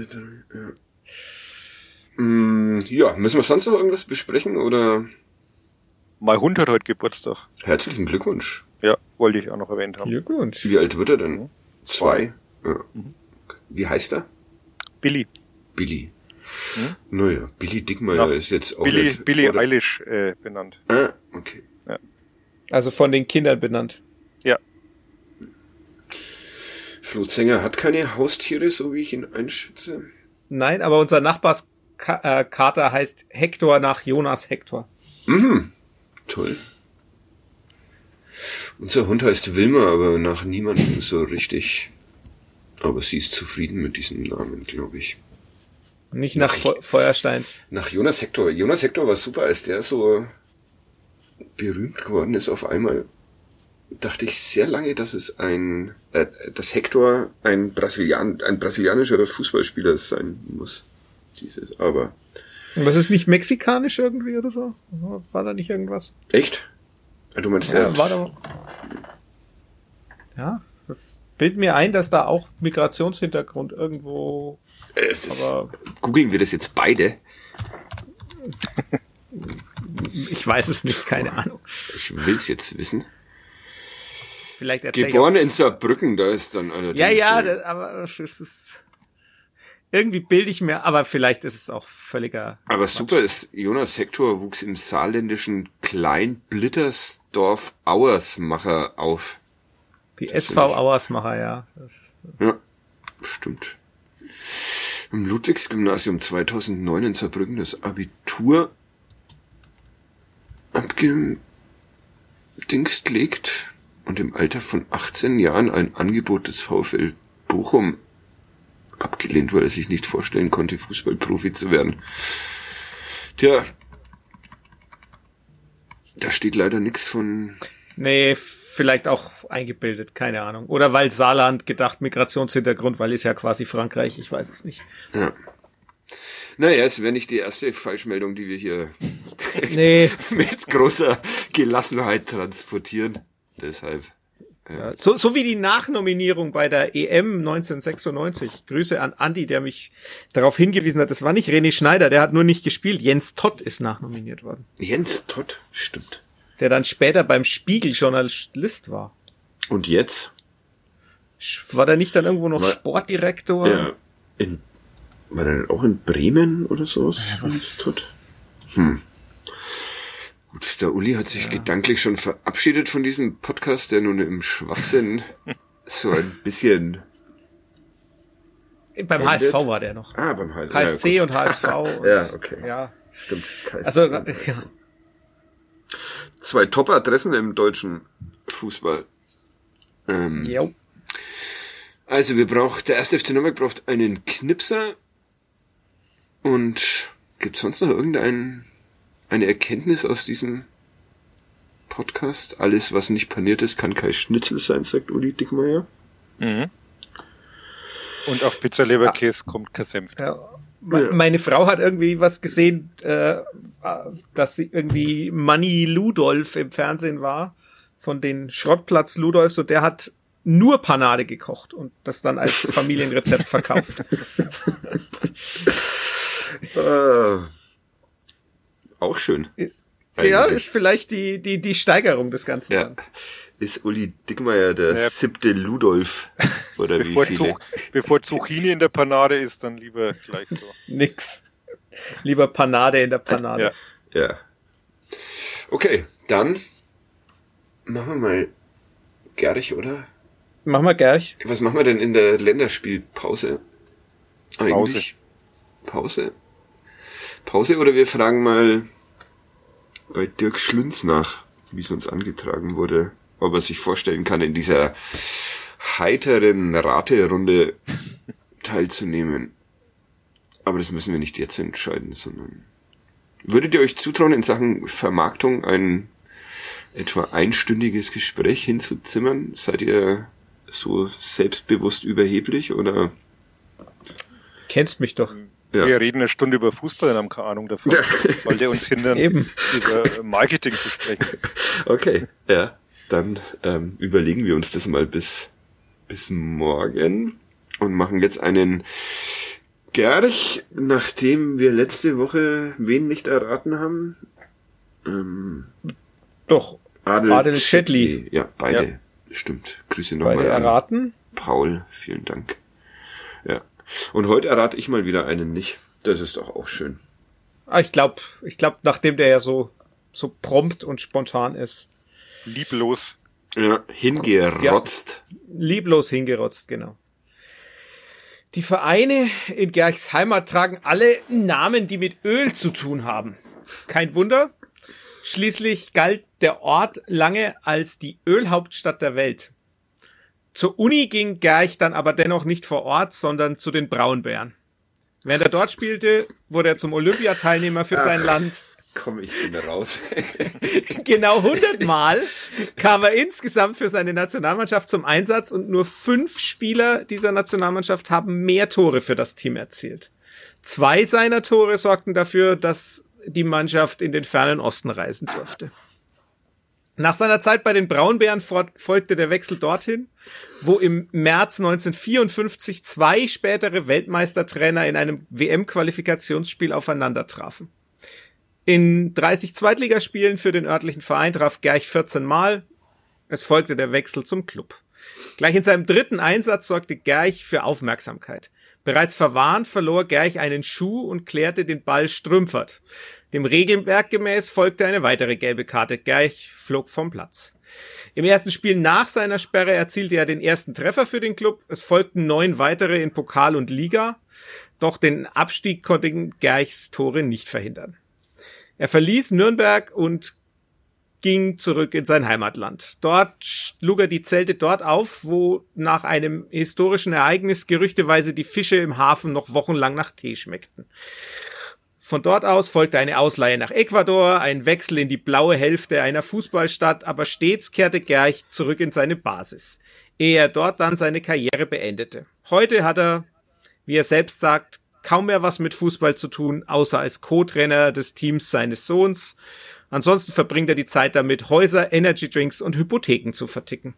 Ja. Mm, ja, müssen wir sonst noch irgendwas besprechen, oder? Mein Hund hat heute Geburtstag. Herzlichen Glückwunsch. Ja, wollte ich auch noch erwähnt haben. Glückwunsch. Wie alt wird er denn? Mhm. Zwei. Ja. Mhm. Wie heißt er? Billy. Billy. Mhm. Naja, Billy Dickmeyer Nach ist jetzt auch Billy, nicht, Billy oder? Eilish äh, benannt. Ah, okay. Ja. Also von den Kindern benannt. Ja. Flo Zenger hat keine Haustiere, so wie ich ihn einschätze. Nein, aber unser Nachbarskater heißt Hector nach Jonas Hector. Mhm. Toll. Unser Hund heißt Wilma, aber nach niemandem so richtig. Aber sie ist zufrieden mit diesem Namen, glaube ich. Nicht nach, nach Fe- Feuersteins. Nach Jonas Hector. Jonas Hector war super, als der so berühmt geworden ist auf einmal. Dachte ich sehr lange, dass es ein, äh, dass Hector ein Brasilian, ein brasilianischer Fußballspieler sein muss. Dieses, aber. Was ist nicht mexikanisch irgendwie oder so? War da nicht irgendwas? Echt? Du meinst ja, war da. Ja, das bildet mir ein, dass da auch Migrationshintergrund irgendwo. Äh, es ist, aber googeln wir das jetzt beide? Ich weiß es nicht, keine Ahnung. Ich will's jetzt wissen. Vielleicht Geboren in Saarbrücken, da ist dann allerdings. Ja, ja, das, aber es ist irgendwie bilde ich mir, aber vielleicht ist es auch völliger. Aber Quatsch. Super ist, Jonas Hector wuchs im saarländischen Klein-Blittersdorf Auersmacher auf. Die das S V Auersmacher, ja. Das, ja, stimmt. Im Ludwigsgymnasium zweitausendneun in Saarbrücken das Abitur abgedingst legt und im Alter von achtzehn Jahren ein Angebot des VfL Bochum abgelehnt, weil er sich nicht vorstellen konnte, Fußballprofi zu werden. Tja, da steht leider nichts von... Nee, vielleicht auch eingebildet, keine Ahnung. Oder weil Saarland gedacht, Migrationshintergrund, weil ist ja quasi Frankreich, ich weiß es nicht. Ja. Naja, es wäre nicht die erste Falschmeldung, die wir hier nee. mit großer Gelassenheit transportieren. Deshalb. Ja, so, so wie die Nachnominierung bei der E M neunzehnhundertsechsundneunzig. Grüße an Andi, der mich darauf hingewiesen hat. Das war nicht René Schneider, der hat nur nicht gespielt. Jens Todt ist nachnominiert worden. Jens Todt, stimmt. Der dann später beim Spiegel Journalist war. Und jetzt? War der nicht dann irgendwo noch war, Sportdirektor? Ja, in, war der auch in Bremen oder sowas? Ja, Jens Todt? Hm. Gut, der Uli hat sich ja. gedanklich schon verabschiedet von diesem Podcast, der nun im Schwachsinn so ein bisschen... Beim endet. H S V war der noch. Ah, beim H S V. K S C ja, und H S V. Und, ja, okay. Ja. Stimmt. K S C also, ja. Zwei Top-Adressen im deutschen Fußball. Ähm, jo. Also, wir brauchen, der erste F C Nürnberg braucht einen Knipser. Und gibt's sonst noch irgendeinen... eine Erkenntnis aus diesem Podcast? Alles, was nicht paniert ist, kann kein Schnitzel sein, sagt Uli Dickmeyer. Mhm. Und auf Pizza Leberkäse ja. kommt kein Senf. Ja. Meine Frau hat irgendwie was gesehen, äh, dass sie irgendwie Manni Ludolf im Fernsehen war, von den Schrottplatz Ludolfs, und der hat nur Panade gekocht und das dann als Familienrezept verkauft. uh. Auch schön. Eigentlich. Ja, ist vielleicht die, die, die Steigerung des Ganzen. Ja. Ist Uli Dickmeyer der ja. siebte Ludolf? Oder wie bevor viele? Zuch, bevor Zucchini in der Panade ist, dann lieber gleich so. Nix. Lieber Panade in der Panade. Ja. ja. Okay, dann machen wir mal Gerch, oder? Machen wir Gerch. Was machen wir denn in der Länderspielpause? Eigentlich? Pause? Pause? Pause oder wir fragen mal bei Dirk Schlünz nach, wie es uns angetragen wurde, ob er sich vorstellen kann, in dieser heiteren Raterunde teilzunehmen. Aber das müssen wir nicht jetzt entscheiden, sondern würdet ihr euch zutrauen, in Sachen Vermarktung ein etwa einstündiges Gespräch hinzuzimmern? Seid ihr so selbstbewusst überheblich oder? Kennst mich doch. Ja. Wir reden eine Stunde über Fußball und haben keine Ahnung davon. Soll der uns hindern, Eben. über Marketing zu sprechen? Okay, ja. Dann ähm, überlegen wir uns das mal bis bis morgen und machen jetzt einen Gerch, nachdem wir letzte Woche wen nicht erraten haben. Ähm, Doch, Adel, Adel Schädli. Ja, beide. Ja. Stimmt. Grüße nochmal an erraten. Paul, vielen Dank. Ja. Und heute errate ich mal wieder einen nicht. Das ist doch auch schön. Ah, ich glaube, ich glaube, nachdem der ja so so prompt und spontan ist. Lieblos. Ja, hingerotzt. Ja, lieblos hingerotzt, genau. Die Vereine in Gerchs Heimat tragen alle Namen, die mit Öl zu tun haben. Kein Wunder. Schließlich galt der Ort lange als die Ölhauptstadt der Welt. Zur Uni ging Gerch dann aber dennoch nicht vor Ort, sondern zu den Braunbären. Während er dort spielte, wurde er zum Olympiateilnehmer für Ach, sein Land. Komm, ich bin raus. Genau hundert Mal kam er insgesamt für seine Nationalmannschaft zum Einsatz und nur fünf Spieler dieser Nationalmannschaft haben mehr Tore für das Team erzielt. Zwei seiner Tore sorgten dafür, dass die Mannschaft in den fernen Osten reisen durfte. Nach seiner Zeit bei den Braunbären folgte der Wechsel dorthin, wo im März neunzehnhundertvierundfünfzig zwei spätere Weltmeistertrainer in einem W M-Qualifikationsspiel aufeinander trafen. In dreißig Zweitligaspielen für den örtlichen Verein traf Gerch vierzehn Mal. Es folgte der Wechsel zum Club. Gleich in seinem dritten Einsatz sorgte Gerch für Aufmerksamkeit. Bereits verwarnt verlor Gerch einen Schuh und klärte den Ball Strümpfert. Dem Regelwerk gemäß folgte eine weitere gelbe Karte. Gerch flog vom Platz. Im ersten Spiel nach seiner Sperre erzielte er den ersten Treffer für den Club. Es folgten neun weitere in Pokal und Liga. Doch den Abstieg konnten Gerchs Tore nicht verhindern. Er verließ Nürnberg und ging zurück in sein Heimatland. Dort schlug er die Zelte dort auf, wo nach einem historischen Ereignis gerüchteweise die Fische im Hafen noch wochenlang nach Tee schmeckten. Von dort aus folgte eine Ausleihe nach Ecuador, ein Wechsel in die blaue Hälfte einer Fußballstadt, aber stets kehrte Gerch zurück in seine Basis, ehe er dort dann seine Karriere beendete. Heute hat er, wie er selbst sagt, kaum mehr was mit Fußball zu tun, außer als Co-Trainer des Teams seines Sohns. Ansonsten verbringt er die Zeit damit, Häuser, Energydrinks und Hypotheken zu verticken.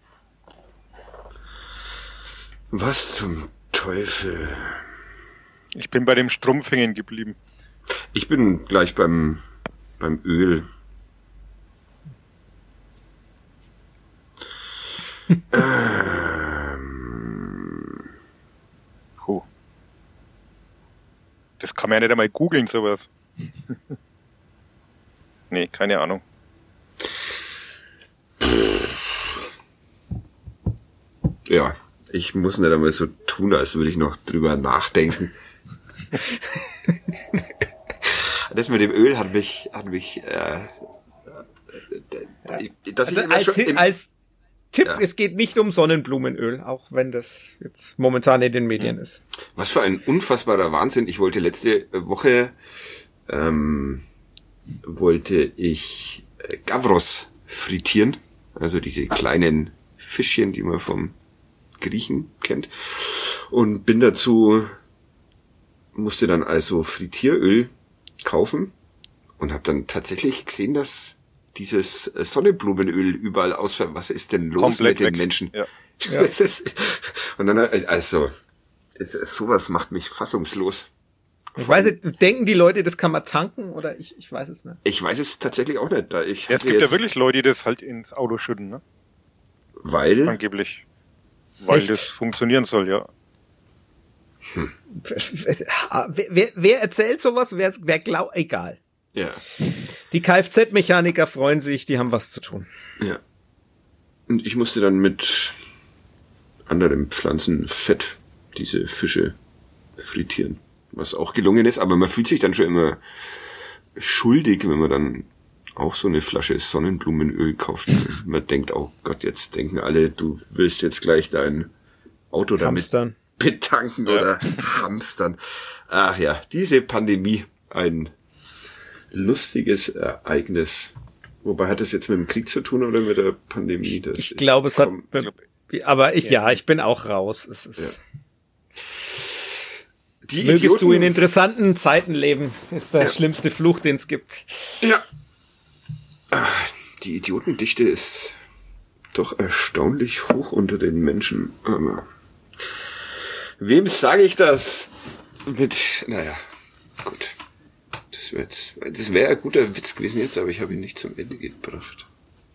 Was zum Teufel? Ich bin bei dem Strumpf hängen geblieben. Ich bin gleich beim, beim Öl. ähm. Puh. Das kann man ja nicht einmal googeln, sowas. Nee, keine Ahnung. Ja, ich muss nicht einmal so tun, als würde ich noch drüber nachdenken. Das mit dem Öl hat mich, hat mich, äh, dass also ich immer als, schon im, als Tipp, ja. Es geht nicht um Sonnenblumenöl, auch wenn das jetzt momentan in den Medien ist. Was für ein unfassbarer Wahnsinn. Ich wollte letzte Woche, ähm, wollte ich äh, Gavros frittieren, also diese kleinen Fischchen, die man vom Griechen kennt, und bin dazu, musste dann also Frittieröl kaufen und habe dann tatsächlich gesehen, dass dieses Sonnenblumenöl überall ausfällt. Was ist denn los Komplett mit den weg. Menschen? Ja. Das ist, und dann, also, das, sowas macht mich fassungslos. Ich weiß nicht, denken die Leute, das kann man tanken oder ich, ich weiß es nicht. Ich weiß es tatsächlich auch nicht. Da ich Ja, es hatte gibt jetzt, ja wirklich Leute, die das halt ins Auto schütten, ne? Weil, Angeblich. Weil Echt? das funktionieren soll, ja. Wer, wer, wer erzählt sowas? Wer, wer glaubt? Egal. ja, Die Kfz-Mechaniker freuen sich, die haben was zu tun. ja. Und ich musste dann mit anderem Pflanzenfett diese Fische frittieren. Was auch gelungen ist, aber man fühlt sich dann schon immer schuldig, wenn man dann auch so eine Flasche Sonnenblumenöl kauft. Man denkt, oh Gott, jetzt denken alle, du willst jetzt gleich dein Auto damit Hamstern. betanken Ja. oder hamstern. Ach ja, diese Pandemie, ein lustiges Ereignis. Wobei hat das jetzt mit dem Krieg zu tun oder mit der Pandemie? Das Ich glaube, es hat, komm, aber ich, ja, ich bin auch raus. Es ist, die mögest Idioten, du in interessanten Zeiten leben, ist der Ja. schlimmste Fluch, den es gibt. Ja. Ach, die Idiotendichte ist doch erstaunlich hoch unter den Menschen. Aber wem sage ich das? Mit, naja, gut. Das wäre jetzt, das wäre ein guter Witz gewesen jetzt, aber ich habe ihn nicht zum Ende gebracht.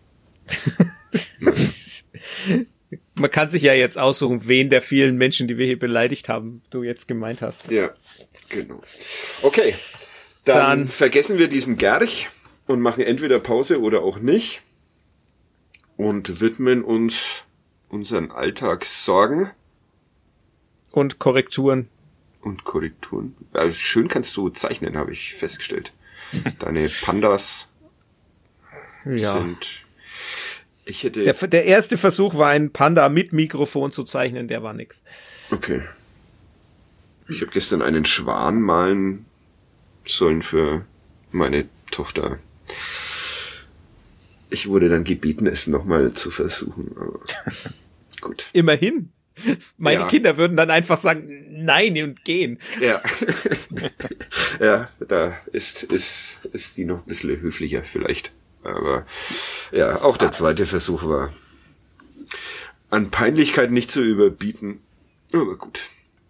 Man kann sich ja jetzt aussuchen, wen der vielen Menschen, die wir hier beleidigt haben, du jetzt gemeint hast. Ja, genau. Okay, dann, Dann- vergessen wir diesen Gerch und machen entweder Pause oder auch nicht und widmen uns unseren Alltagssorgen Und Korrekturen. und Korrekturen. Also schön kannst du zeichnen, habe ich festgestellt. Deine Pandas Ja. sind... Ich hätte... Der, der erste Versuch war, ein Panda mit Mikrofon zu zeichnen, der war nix. Okay. Ich habe gestern einen Schwan malen sollen für meine Tochter. Ich wurde dann gebeten, es nochmal zu versuchen. Aber gut. Immerhin. Meine Ja. Kinder würden dann einfach sagen, nein und gehen. Ja. Ja, da ist, ist, ist die noch ein bisschen höflicher vielleicht. Aber ja, auch der zweite Versuch war an Peinlichkeit nicht zu überbieten. Aber gut.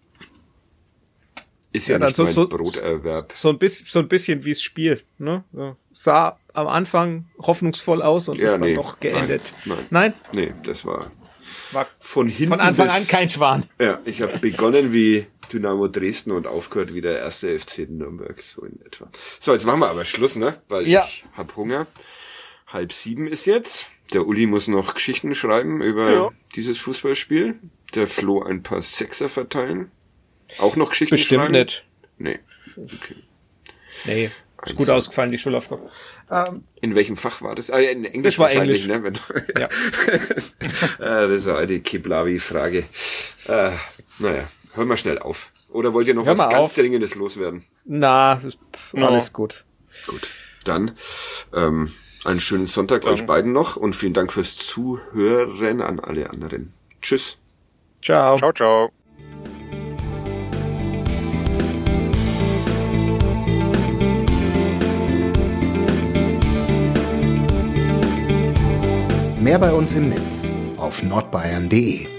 Ist ja, Ja, dann nicht so- mein so- Broterwerb. So ein bisschen, so ein bisschen wie's Spiel, ne? So. Sah am Anfang hoffnungsvoll aus und Ja, ist dann nee. doch geendet. Nein, Nein? Nee, das war War von hinten von Anfang bis, an kein Schwan. Ja, ich habe begonnen wie Dynamo Dresden und aufgehört wie der erste F C Nürnberg, so in etwa. So, jetzt machen wir aber Schluss, ne? Weil Ja. ich hab Hunger. Halb sieben ist jetzt. Der Uli muss noch Geschichten schreiben über Ja. dieses Fußballspiel. Der Flo ein paar Sechser verteilen. Auch noch Geschichten Bestimmt schreiben? nicht. Nee. Okay. Nee, ist Eins. gut ausgefallen, die Schulaufgabe. Ähm, In welchem Fach war das? Ah, ja, in Englisch Das war wahrscheinlich, Englisch. ne? Wenn, Ja. ah, das war eine Kiblavi-Frage. Ah, naja, hören wir schnell auf. Oder wollt ihr noch Hör was mal ganz auf. Dringendes loswerden? na, ist No. alles gut. Gut, dann ähm, einen schönen Sonntag euch beiden noch und vielen Dank fürs Zuhören an alle anderen. Tschüss. Ciao. Ciao, ciao. Mehr bei uns im Netz auf nordbayern punkt de.